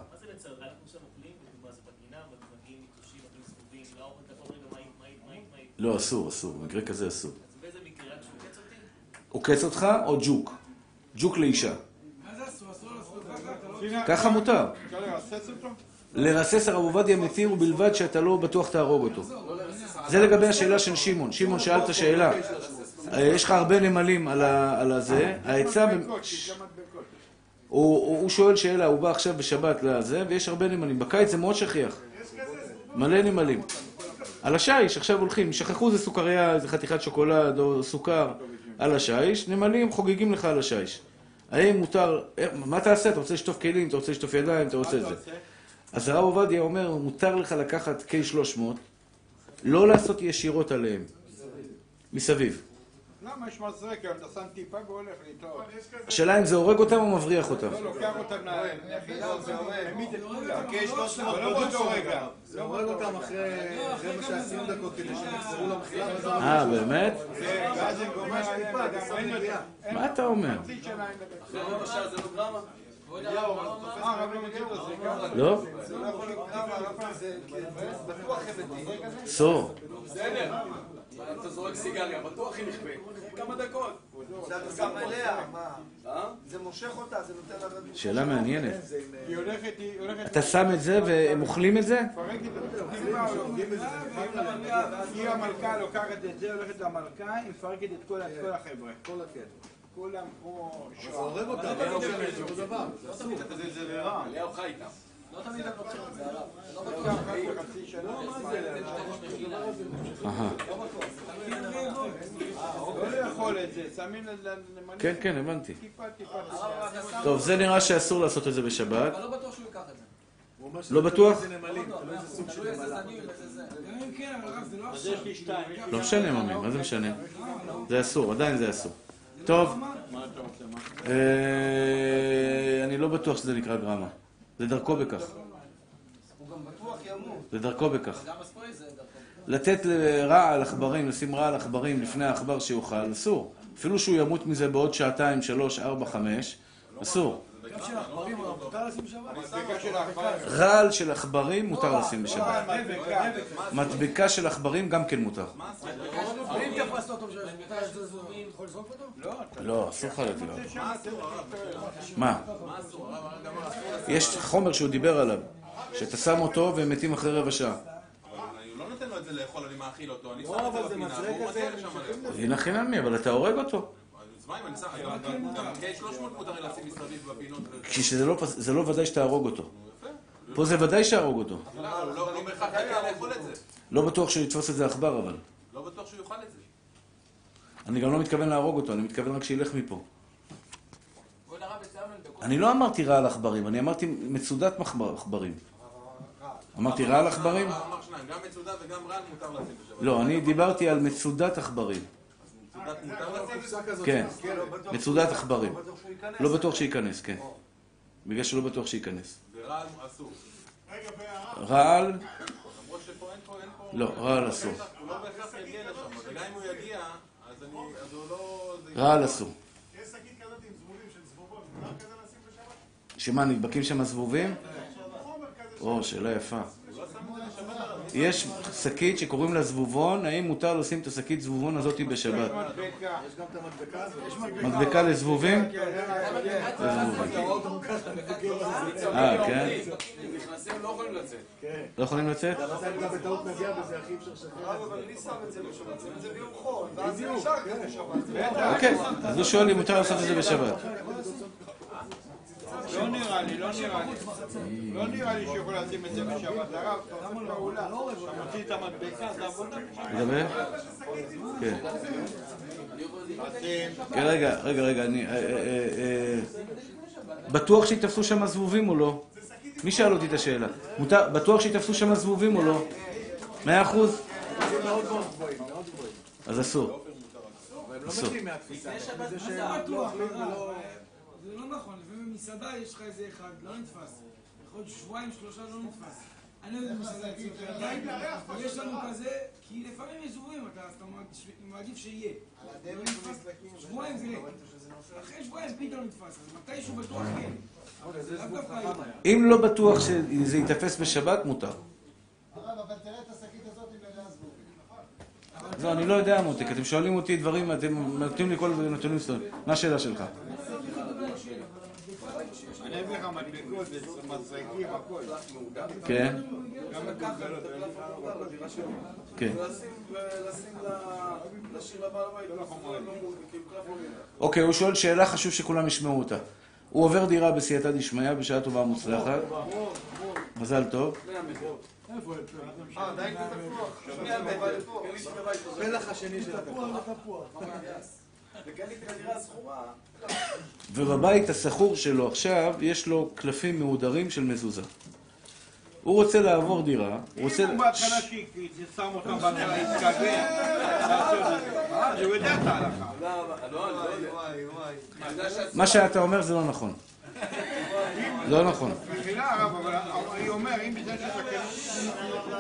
לא, אסור. במקרה כזה אסור. באיזה מקרה? רק שהוא עוקץ אותי? עוקץ אותך או ג'וק? ג'וק לאישה. מה זה אסור? אסור ככה מותר. אפשר לרסס אותו? לרסס הרב עובדיה מתיר ובלבד שאתה לא בטוח תהרוג אותו. זה לגבי השאלה של שמעון. שמעון שאל את השאלה. יש לך הרבה נמלים על הזה. העצה... הוא שואל שאלה, הוא בא עכשיו בשבת לזה, ויש הרבה נמלים. בקיץ זה מאוד שכיח. מלא נמלים. על השיש, עכשיו הולכים, שכחו זה סוכריה, זה חתיכת שוקולד או סוכר על השיש, נמלים חוגגים לך על השיש. האם מותר, מה תעשה? אתה רוצה לשטוף כלים, אתה רוצה לשטוף ידיים, אתה רוצה את זה. אז הרב עובדיה אומר, מותר לך לקחת K300, לא לעשות ישירות עליהם, מסביב. למה יש מזרק, אתה שם טיפה והולך להתראות. השאלה אם זה הורג אותם או מבריח אותם. לא, לוקח אותם ליחידות, זה העמיד את כולם. אבל לא באותו רגע. זה הורג אותם אחרי רבע שעה 20 דקות כדי שהם יחזרו למחילה. באמת? ואז זה גומר מה אתה אומר? אחרי רבע שעה זה לא גרמה? לא? זה לא יכול להיות גרם, הרב זה בטוח חבטי. אסור. בסדר. אתה זורק סיגריה, בטוח היא נכבה. כמה דקות. זה אתה שם אליה, מה? זה מושך אותה, זה נותן לה... שאלה מעניינת. היא הולכת... אתה שם את זה והם אוכלים את זה? היא המלכה לוקחת את זה, הולכת למלכה, היא מפרקת את כל החבר'ה. כל הקטע. כולם כמו... זה הורג אותה, זה אותו דבר. זה לרע. אליהו חי איתם. לא תמיד הם לוקחים את זה, הרב. לא גם בטוח. חצי שנה. לא לאכול את זה, שמים למנים. כן, כן, הבנתי. טיפה. טוב, זה נראה שאסור לעשות את זה בשבת. אבל לא בטוח שהוא ייקח את זה. לא בטוח? תלוי איזה זנים ואיזה זה. כן, אבל הרב, זה לא אז יש לי שתיים. לא משנה, ממי, מה זה משנה? זה אסור, עדיין זה אסור. טוב, מה אתה רוצה? מה? אני לא בטוח שזה נקרא גרמה. זה דרכו בכך. הוא גם בטוח ימות. זה דרכו בכך. גם הספרי זה דרכו. לתת רעל עכברים, לשים רעל עכברים לפני העכבר שיאכל, אסור. אפילו שהוא ימות מזה בעוד שעתיים, 3, 4, 5, אסור. גם של העכברים, מותר לשים שבת? רעל של עכברים מותר לשים בשבת. מדבקה של עכברים גם כן מותר. אם תפסת אותו בשבת, יכול לזרוק אותו? לא, אסור לך להטיל עליו. מה? יש חומר שהוא דיבר עליו, שאתה שם אותו והם מתים אחרי רבע שעה. אני לא נותן לו את זה לאכול, אני מאכיל אותו, אני שם את זה בפינה, והוא מזל לשם עליו. הנה חינמי, אבל אתה הורג אותו. אז מה אם אני שם, גם K300 מותר לי לשים מסביב בפינות. כשזה לא ודאי שתהרוג אותו. פה זה ודאי שהרוג אותו. לא בהכרח יגיע לאכול את זה. לא בטוח שהוא יתפוס את זה עכבר, אבל. לא בטוח שהוא יאכל את זה. אני גם לא מתכוון להרוג אותו, אני מתכוון רק שילך מפה. אני לא אמרתי רעל עכברים, אני אמרתי מצודת עכברים. אמרתי רעל עכברים? אמר שניים, גם מצודת וגם רעל מותר לשים בשבת. לא, אני דיברתי על מצודת עכברים. מצודת מותר לשים? כן, מצודת עכברים. לא בטוח שייכנס, כן. בגלל שלא בטוח שייכנס. ורעל אסור. רעל? למרות שפה אין פה... לא, רעל אסור. הוא לא בהכרח יגיע לשם, וגם אם הוא יגיע, אז הוא לא... רעל אסור. יש שקית כזאת עם זבובים של זבובות, מותר כזה לשים בשבת? שמה, נדבקים שם זבובים? או, שאלה יפה. יש שקית שקוראים לה זבובון, האם מותר לשים את השקית זבובון הזאת בשבת? יש גם את המדבקה הזאת? מדבקה לזבובים? כן? נכנסים לא יכולים לצאת. לא יכולים לצאת? גם בטעות נגיע בזה, אחי, אפשר לשחרר. אבל אני שם את זה בשבת, שם את זה ביום חול, ואז זה נשאר כזה שבת. אוקיי, אז הוא שואל אם מותר לעשות את זה בשבת. לא נראה לי. לא נראה לי שיכול לשים את זה בשבת. הרב, אתה עושה פעולה. אתה מוציא את המדבקה, זה עבודה בשבת. מדבר? כן. כן, רגע, אני... בטוח שיתפסו שם זבובים או לא? מי שאל אותי את השאלה? בטוח שיתפסו שם זבובים או לא? 100%? אז אסור. והם לא מתים מהתפיסה. זה שהם לא אוכלים ולא... זה לא נכון, לפעמים במסעדה יש לך איזה אחד, לא נתפס. יכול להיות שבועיים, 3 לא נתפס. אני לא יודע במסעדה אצלי, יש לנו כזה, כי לפעמים יש זבובים, אתה מעדיף שיהיה. שבועיים זה... אחרי שבועיים פתאום נתפס, אז מתישהו בטוח כן. אם לא בטוח שזה ייתפס בשבת, מותר. הרב, אבל תראה את השקית הזאת עם מלאה זבובים. לא, אני לא יודע, מותק, אתם שואלים אותי דברים, אתם נותנים לי כל נתונים סתומים. מה השאלה שלך? אני אביא לך מדבקות, מזרקים, הכל. כן? גם מקולקלות. כן. לשים לשיר לבעל הבית. אוקיי, הוא שואל שאלה, חשוב שכולם ישמעו אותה. הוא עובר דירה בסייעתא דשמיא בשעה טובה ומוצלחת. מזל טוב. די תפוח. פלח השני של התפוח. וכן לי את הדירה הסחורה. ובבית הסחור שלו עכשיו יש לו קלפים מהודרים של מזוזה. הוא רוצה לעבור דירה, הוא רוצה... אם הוא בהתחלה שם אותם בהתחלה, יתכוון, אז הוא יודע את ההלכה. מה שאתה אומר זה לא נכון. לא נכון. מחילה הרב, אבל אני אומר, אם בזה שתקן...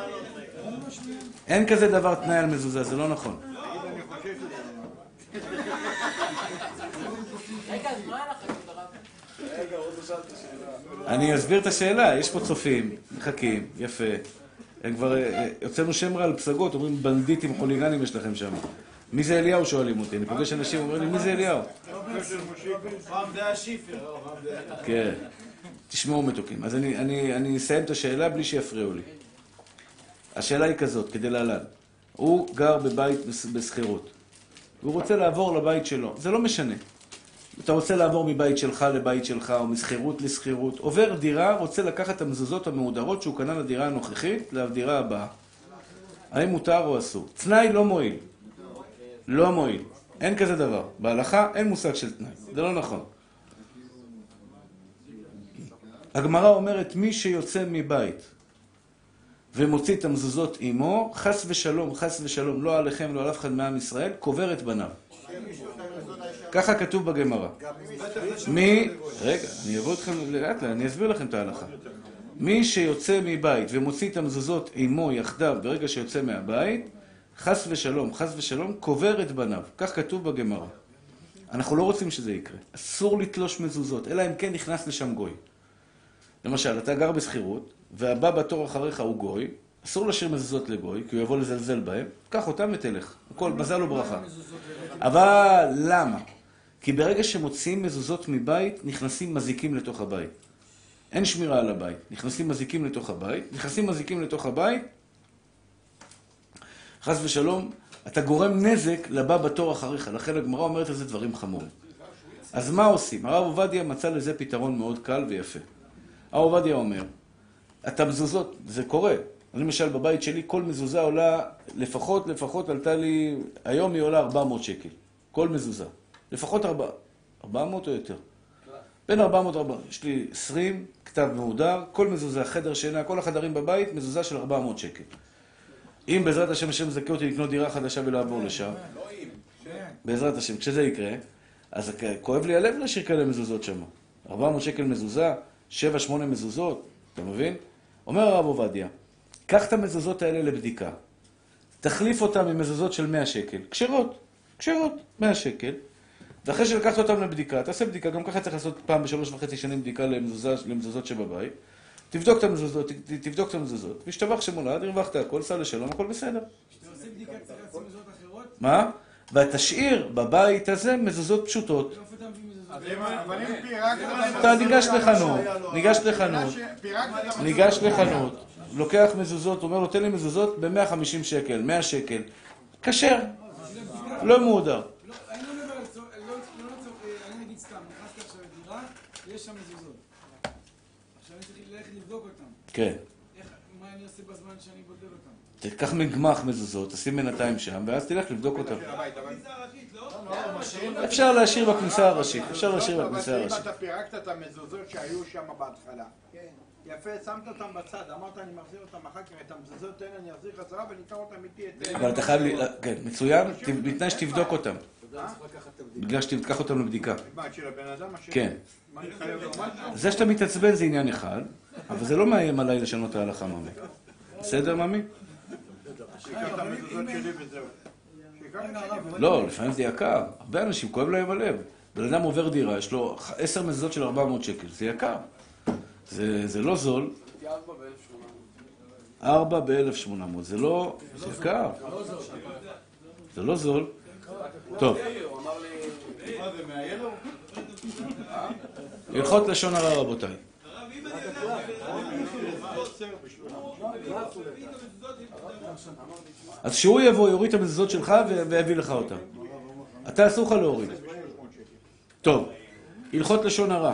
אין כזה דבר תנאי על מזוזה, זה לא נכון. אני חושב שזה... רגע, אז מה היה לך, הרב? רגע, עוד לא שאלת שאלה. אני אסביר את השאלה, יש פה צופים, מחכים, יפה. הם כבר, יוצאנו שם רע על פסגות, אומרים בנדיטים, חוליגנים יש לכם שם. מי זה אליהו שואלים אותי, אני פוגש אנשים, אומרים לי, מי זה אליהו? פעם זה השיפר, כן, תשמעו מתוקים. אז אני אסיים את השאלה בלי שיפריעו לי. השאלה היא כזאת, כדי להלן. הוא גר בבית בסחירות. והוא רוצה לעבור לבית שלו, זה לא משנה. אתה רוצה לעבור מבית שלך לבית שלך, או מסחירות לסחירות. עובר דירה, רוצה לקחת את המזוזות המהודרות שהוא קנה לדירה הנוכחית, לדירה הבאה. האם מותר או אסור? תנאי לא מועיל. לא מועיל. אין כזה דבר. בהלכה אין מושג של תנאי. זה לא נכון. הגמרא אומרת, מי שיוצא מבית ומוציא את המזוזות עמו, חס ושלום, לא עליכם, לא על אף אחד מעם ישראל, קובר את בניו. ככה כתוב בגמרא. רגע, אני אבוא אתכם לאט, אני אסביר לכם את ההלכה. מי שיוצא מבית ומוציא את המזוזות עמו יחדיו ברגע שיוצא מהבית, חס ושלום, קובר את בניו. כך כתוב בגמרא. אנחנו לא רוצים שזה יקרה. אסור לתלוש מזוזות, אלא אם כן נכנס לשם גוי. למשל, אתה גר בסחירות, והבא בתור אחריך הוא גוי, אסור להשאיר מזוזות לגוי, כי הוא יבוא לזלזל בהם, קח אותם ותלך. הכל, מזל וברכה. אבל למה? כי ברגע שמוציאים מזוזות מבית, נכנסים מזיקים לתוך הבית. אין שמירה על הבית. נכנסים מזיקים לתוך הבית, חס ושלום, אתה גורם נזק לבא בתור אחריך. לכן הגמרא אומרת איזה דברים חמורים. אז מה עושים? הרב עובדיה מצא לזה פתרון מאוד קל ויפה. הרב עובדיה אומר, את המזוזות, זה קורה. אני למשל בבית שלי, כל מזוזה עולה, לפחות עלתה לי, היום היא עולה 400 שקל. כל מזוזה. לפחות 400 או יותר. בין 400 ל-400. יש לי 20, כתב מהודר, כל מזוזה, חדר שינה, כל החדרים בבית, מזוזה של 400 שקל. אם בעזרת השם מזכה אותי לקנות דירה חדשה ולעבור לשם, בעזרת השם, כשזה יקרה, אז כואב לי הלב להשאיר כאלה מזוזות שם. 400 שקל מזוזה, 7-8 מזוזות, אתה מבין? אומר הרב עובדיה, קח את המזוזות האלה לבדיקה, תחליף אותם עם מזוזות של 100 שקל, כשרות, 100 שקל, ואחרי שלקחת אותם לבדיקה, תעשה בדיקה, גם ככה צריך לעשות פעם ב3.5 שנים בדיקה למזוזות שבבית, תבדוק את המזוזות, והשתבח שמולד, הרווחת הכל, סע לשלום, הכל בסדר. כשאתה עושה בדיקה צריך לעשות מזוזות אחרות? מה? ותשאיר בבית הזה מזוזות פשוטות. אתה ניגש לחנות, לוקח מזוזות, אומר לו, תן לי מזוזות ב-150 שקל, 100 שקל. כשר, לא מהודר. אני נגיד סתם, נכנסתי עכשיו לדירה, יש שם מזוזות. עכשיו אני צריך ללכת לבדוק אותם. כן. מה אני עושה בזמן שאני בודק אותם? תקח מגמח מזוזות, תשים בינתיים שם, ואז תלך לבדוק אותם. אפשר להשאיר בכניסה הראשית, אם אתה פירקת את המזוזות שהיו שם בהתחלה. יפה, שמת אותם בצד, אמרת אני מחזיר אותם אחר כך, את המזוזות האלה אני אחזיר חזרה וניקח אותם איתי. אבל אתה חייב, כן, מצוין, בתנאי שתבדוק אותם. בגלל שתיקח אותם לבדיקה. של הבן אדם? כן. זה שאתה מתעצבן זה עניין אחד, אבל זה לא מאיים עליי לשנות ההלכה, ממי. בסדר, ממי? שיקח את המזוזות שלי וזהו. לא, לפעמים זה יקר. הרבה אנשים, כואב להם הלב. בן אדם עובר דירה, יש לו 10 מזוזות של 400 שקל. זה יקר. זה לא זול. 4 ב-1,800. זה לא... זה יקר. זה לא זול. טוב. הלכות לשון הרע, רבותיי. אז שהוא יבוא, יוריד את המזוזות שלך ויביא לך אותה. אתה אסור לך להוריד. טוב, הלכות לשון הרע.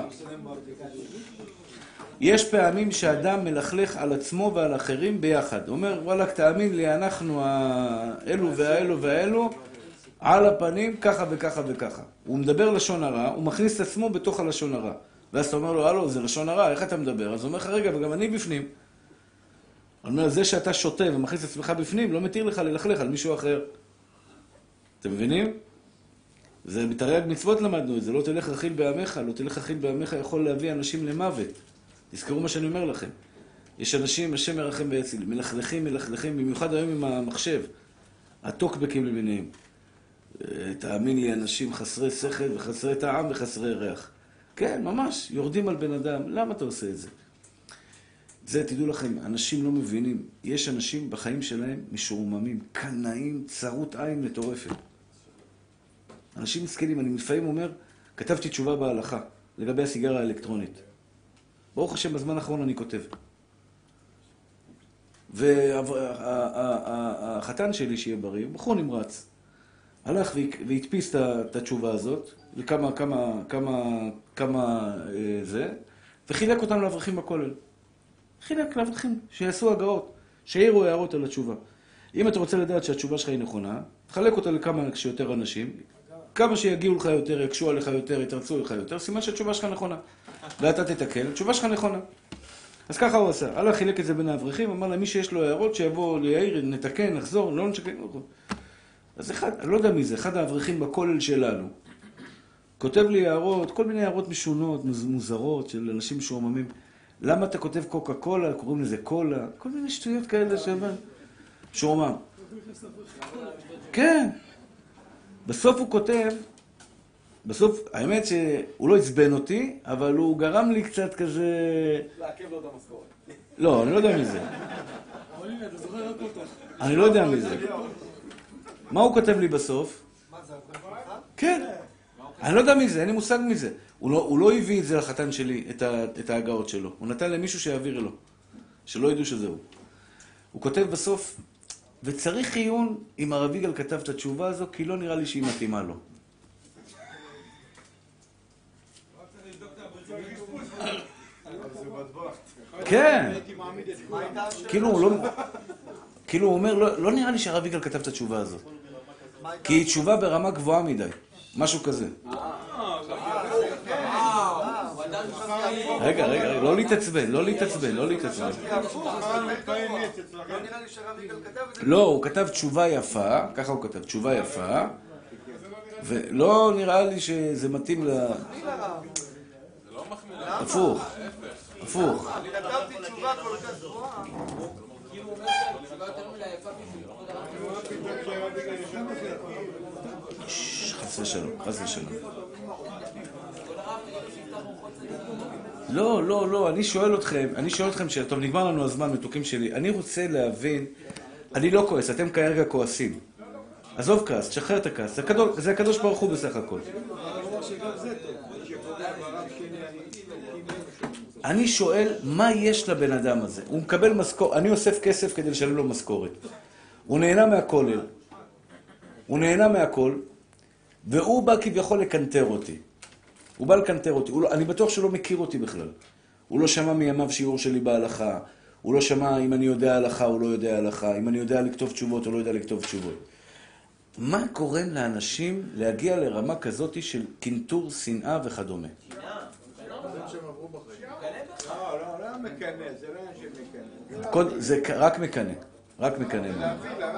יש פעמים שאדם מלכלך על עצמו ועל אחרים ביחד. הוא אומר, וואלק, תאמין לי, אנחנו האלו והאלו והאלו, על הפנים, ככה וככה וככה. הוא מדבר לשון הרע, הוא מכניס את עצמו בתוך הלשון הרע. ואז אתה אומר לו, הלו, זה לשון הרע, איך אתה מדבר? אז הוא אומר לך, רגע, וגם אני בפנים. הוא אומר, זה שאתה שותה ומכניס את עצמך בפנים, לא מתיר לך ללכלך על מישהו אחר. אתם מבינים? זה בתרי"ג מצוות למדנו את זה, לא תלך רכיל בעמך, לא תלך רכיל בעמך יכול להביא אנשים למוות. תזכרו מה שאני אומר לכם. יש אנשים, השם ירחם ויציל, מלכלכים, במיוחד היום עם המחשב, הטוקבקים למיניהם. תאמין לי, אנשים חסרי שכל וחסרי טעם וחסרי ריח. כן, ממש, יורדים על בן אדם. למה אתה עושה את זה? זה, תדעו לכם, אנשים לא מבינים. יש אנשים בחיים שלהם משורממים, קנאים, צרות עין מטורפת. אנשים מסכנים, אני לפעמים אומר, כתבתי תשובה בהלכה לגבי הסיגריה האלקטרונית. ברוך השם, בזמן האחרון אני כותב. והחתן שלי, שיהיה בריא, בחור נמרץ, הלך והדפיס את התשובה הזאת, כמה זה, וחילק אותם לאברכים בכולל. חילק לאברכים, שיעשו הגאות, שיעירו הערות על התשובה. אם אתה רוצה לדעת שהתשובה שלך היא נכונה, תחלק אותה לכמה שיותר אנשים, כמה שיגיעו לך יותר, יקשו עליך יותר, יתרצו לך יותר, סימן שהתשובה שלך נכונה. ואתה תתקל, התשובה שלך נכונה. אז ככה הוא עשה. הלך, חילק את זה בין האברכים, אמר לה, מי שיש לו הערות, שיבוא ליעיר, נתקן, נחזור, לא נשקן. אז אני לא יודע מי זה, אחד האברכים בכולל שלנו, כותב לי הערות, כל מיני הערות משונות, מוזרות, של אנשים משועממים. למה אתה כותב קוקה קולה? קוראים לזה קולה, כל מיני שטויות כאלה שאומר, שועמם. כן. בסוף הוא כותב, בסוף, האמת שהוא לא עצבן אותי, אבל הוא גרם לי קצת כזה... לעכב לו את המשכורת. לא, אני לא יודע מי זה. אני לא יודע מי זה. מה הוא כותב לי בסוף? מה זה, כן. אני לא יודע מי זה, אין לי מושג מי זה. הוא לא הביא את זה לחתן שלי, את ההגאות שלו. הוא נתן למישהו שיעביר לו. שלא ידעו שזה הוא. הוא כותב בסוף, וצריך עיון אם הרב יגאל כתב את התשובה הזו, כי לא נראה לי שהיא מתאימה לו. כן. כאילו הוא אומר, לא נראה לי שהרב יגאל כתב את התשובה הזאת. כי היא תשובה ברמה גבוהה מדי. משהו כזה. רגע, לא להתעצבן. לא, הוא כתב תשובה יפה, ככה הוא כתב, תשובה יפה, ולא נראה לי שזה מתאים ל... זה לא מחמיא. הפוך. אני כתבתי תשובה כל כך גבוהה. כאילו הוא אומר שהתשובה יותר מדי יפה בשביל חס ושלום. לא, אני שואל אתכם שאלה, טוב, נגמר לנו הזמן, מתוקים שלי. אני רוצה להבין, אני לא כועס, אתם כרגע כועסים. עזוב כעס, תשחרר את הכעס, זה הקדוש ברוך הוא בסך הכל. אני שואל, מה יש לבן אדם הזה? הוא מקבל משכורת, אני אוסף כסף כדי לשלם לו משכורת. הוא נהנה מהכל, והוא בא כביכול לקנטר אותי. אני בטוח שהוא לא מכיר אותי בכלל. הוא לא שמע מימיו שיעור שלי בהלכה. הוא לא שמע אם אני יודע הלכה או לא יודע הלכה. אם אני יודע לכתוב תשובות או לא יודע לכתוב תשובות. מה גורם לאנשים להגיע לרמה כזאת של קינטור, שנאה וכדומה? לא מקנה, זה לא עניין של מקנה. זה רק מקנה.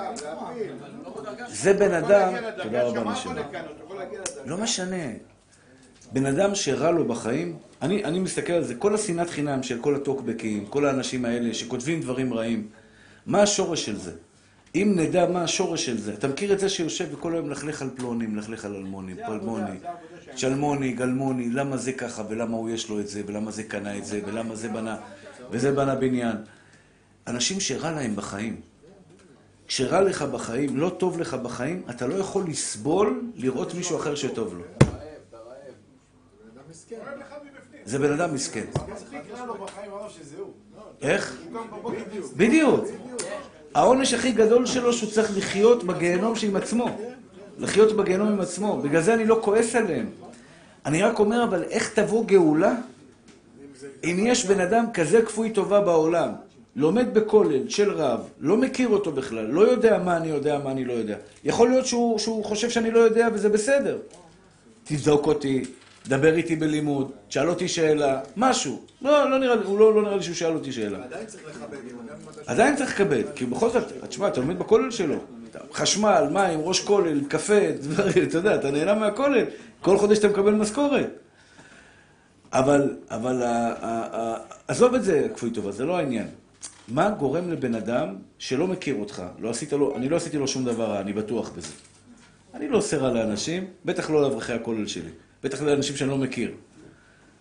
זה בן אדם, תודה רבה נשמה. לא משנה. בן אדם שרע לו בחיים, אני מסתכל על זה, כל השנאת חינם של כל הטוקבקים, כל האנשים האלה שכותבים דברים רעים, מה השורש של זה? אם נדע מה השורש של זה, אתה מכיר את זה שיושב וכל היום מלכלך על פלונים, מלכלך על אלמוני, פלמוני, שלמוני, גלמוני, למה זה ככה ולמה הוא יש לו את זה ולמה זה קנה את זה ולמה זה בנה וזה בנה בניין. אנשים שרע להם בחיים. כשרע לך בחיים, לא טוב לך בחיים, אתה לא יכול לסבול לראות מישהו אחר שטוב לו. זה בן אדם מסכן. איך? בדיוק. העונש הכי גדול שלו שהוא צריך לחיות בגיהנום עם עצמו. לחיות בגיהנום עם עצמו. בגלל זה אני לא כועס עליהם. אני רק אומר, אבל איך תבוא גאולה אם יש בן אדם כזה כפוי טובה בעולם, לומד בכולל של רב, לא מכיר אותו בכלל, לא יודע מה אני יודע, מה אני לא יודע. יכול להיות שהוא חושב שאני לא יודע וזה בסדר. תבדוק אותי, דבר איתי בלימוד, שאל אותי שאלה, משהו. לא נראה לי שהוא שאל אותי שאלה. עדיין צריך לכבד. עדיין צריך לכבד, כי בכל זאת, תשמע, אתה לומד בכולל שלו. חשמל, מים, ראש כולל, קפה, דברים, אתה יודע, אתה נהנה מהכולל. כל חודש אתה מקבל משכורת. אבל עזוב את זה, כפוי טובה, זה לא העניין. מה גורם לבן אדם שלא מכיר אותך? אני לא עשיתי לו שום דבר, אני בטוח בזה. אני לא עושה רע לאנשים, בטח לא לאברכי הכולל שלי. בטח לאנשים שאני לא מכיר.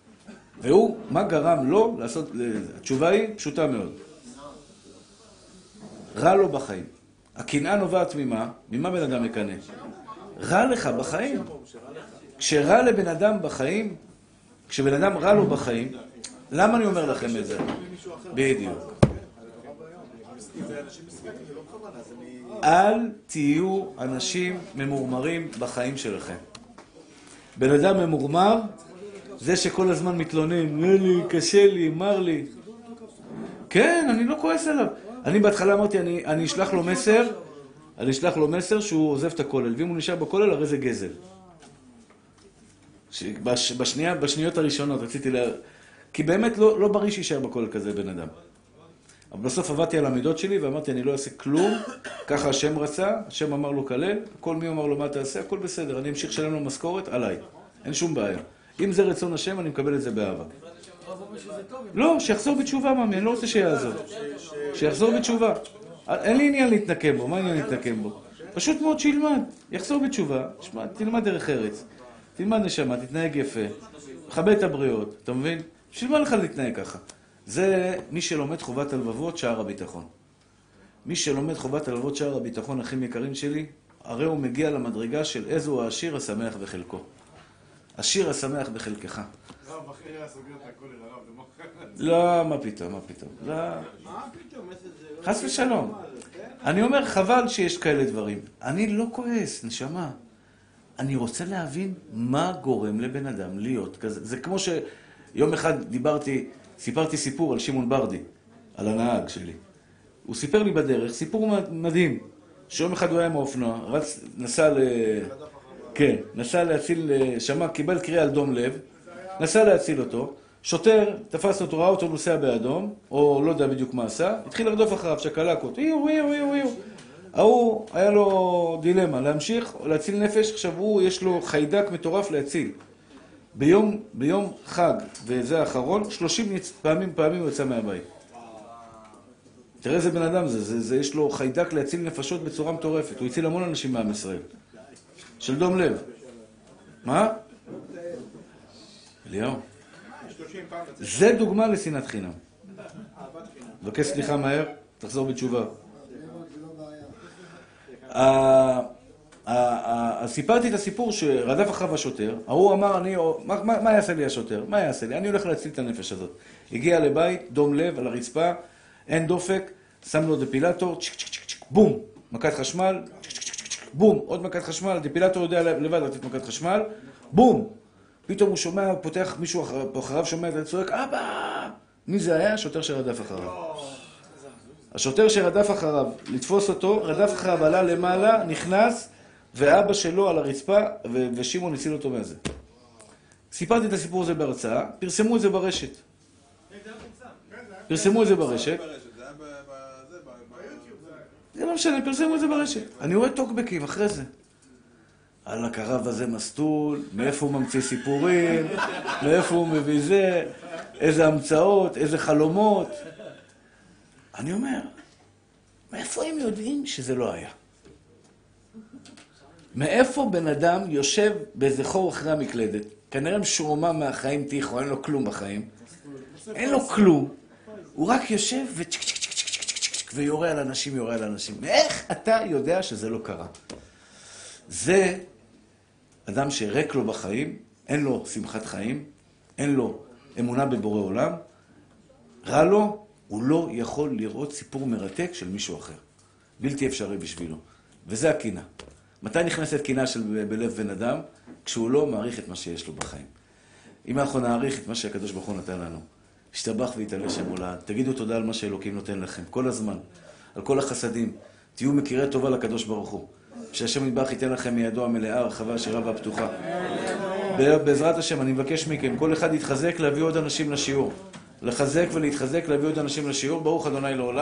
והוא, מה גרם לו לעשות... התשובה היא פשוטה מאוד. רע לו בחיים. הקנאה נובעת ממה? ממה בן אדם מקנא? רע לך בחיים. כשרע לבן אדם בחיים, כשבן אדם רע לו בחיים, למה אני אומר לכם את זה? בדיוק. אל תהיו אנשים ממורמרים בחיים שלכם. בן אדם ממורמר, זה שכל הזמן מתלונן, לי, קשה לי, מר לי. כן, אני לא כועס עליו. אני בהתחלה אמרתי, אני אשלח לו מסר שהוא עוזב את הכולל, ואם הוא נשאר בכולל, הרי זה גזל. בשניות הראשונות רציתי כי באמת לא בריא שישאר בכולל כזה בן אדם. אבל בסוף עבדתי על המידות שלי ואמרתי, אני לא אעשה כלום, ככה השם רצה, השם אמר לו כלל, כל מי אמר לו מה תעשה, הכל בסדר, אני אמשיך לשלם לו משכורת עליי, אין שום בעיה. אם זה רצון השם, אני מקבל את זה באהבה. לא, שיחזור בתשובה, ממי, אני לא רוצה שיעזור. שיחזור בתשובה. אין לי עניין להתנקם בו, מה העניין להתנקם בו? פשוט מאוד שילמד, יחזור בתשובה, תלמד דרך ארץ, תלמד נשמה, תתנהג יפה, מכבד את הבריות, אתה מבין? בשביל מה לך להתנהג ככה? זה מי שלומד חובת הלבבות, שער הביטחון. מי שלומד חובת הלבבות, שער הביטחון, אחים יקרים שלי, הרי הוא מגיע למדרגה של איזו העשיר השמח בחלקו. עשיר השמח בחלקך. רב אחרי היה סוגר את הכל לרב, לא, מה פתאום, מה פתאום. חס ושלום. אני אומר, חבל שיש כאלה דברים. אני לא כועס, נשמה. אני רוצה להבין מה גורם לבן אדם להיות כזה. זה כמו שיום אחד סיפרתי סיפור על שמעון ברדי, על הנהג שלי. הוא סיפר לי בדרך, סיפור מדהים, שיום אחד הוא היה עם האופנוע, נסע להציל, שמע, קיבל קריאה על דום לב, נסע להציל אותו, שוטר תפס אותו, ראה אותו נוסע באדום, או לא יודע בדיוק מה עשה, התחיל לרדוף אחריו, שקלק אותו, ההוא היה לו דילמה, להמשיך או להציל נפש, עכשיו יש לו חיידק מטורף להציל. ביום חג, וזה האחרון, 30 פעמים הוא יצא מהבית. תראה איזה בן אדם זה, יש לו חיידק להציל נפשות בצורה מטורפת. הוא הציל המון אנשים מעם ישראל. של דום לב. מה? אליהו. זה דוגמה לשנאת חינם. מבקש סליחה מהר, תחזור בתשובה. אז סיפרתי את הסיפור שרדף אחריו השוטר, הוא אמר, מה יעשה לי השוטר? מה יעשה לי? אני הולך להציל את הנפש הזאת. הגיע לבית, דום לב, על הרצפה, אין דופק, שם לו דפילטור, בום, מכת חשמל, בום, עוד מכת חשמל, דפילטור יודע לבד לתת מכת חשמל, בום, פתאום הוא שומע, פותח מישהו אחריו, שומע את הצועק, אבא! מי זה היה? השוטר שרדף אחריו. השוטר שרדף אחריו, לתפוס אותו, רדף אחריו, עלה למעלה, נכנס, ואבא שלו על הרצפה, ושמעון הציל אותו מזה. סיפרתי את הסיפור הזה בהרצאה, פרסמו את זה ברשת. זה לא משנה, פרסמו את זה ברשת. אני רואה טוקבקים אחרי זה. על הקרב הזה מסטול, מאיפה הוא ממציא סיפורים, מאיפה הוא מביא זה, איזה המצאות, איזה חלומות. אני אומר, מאיפה הם יודעים שזה לא היה? מאיפה בן אדם יושב באיזה חור אחרי המקלדת, כנראה משועמם מהחיים תיכו, אין לו כלום בחיים, אין לו כלום, הוא רק יושב ויורה על אנשים, איך אתה יודע שזה לא קרה? זה אדם שרק לו בחיים, אין לו שמחת חיים, אין לו אמונה בבורא עולם, רע לו, הוא לא יכול לראות סיפור מרתק של מישהו אחר. בלתי אפשרי בשבילו. וזה הקנאה. מתי נכנסת קנאה בלב בן אדם? כשהוא לא מעריך את מה שיש לו בחיים. אם אנחנו נעריך את מה שהקדוש ברוך הוא נתן לנו, השתבח והתעלה שם הולד, תגידו תודה על מה שאלוקים נותן לכם, כל הזמן, על כל החסדים, תהיו מכירי טובה לקדוש ברוך הוא. שהשם יתברך ייתן לכם מידו המלאה, הרחבה, השירה והפתוחה. בעזרת השם, אני מבקש מכם, כל אחד יתחזק להביא עוד אנשים לשיעור. לחזק ולהתחזק להביא עוד אנשים לשיעור. ברוך ה' לעולם.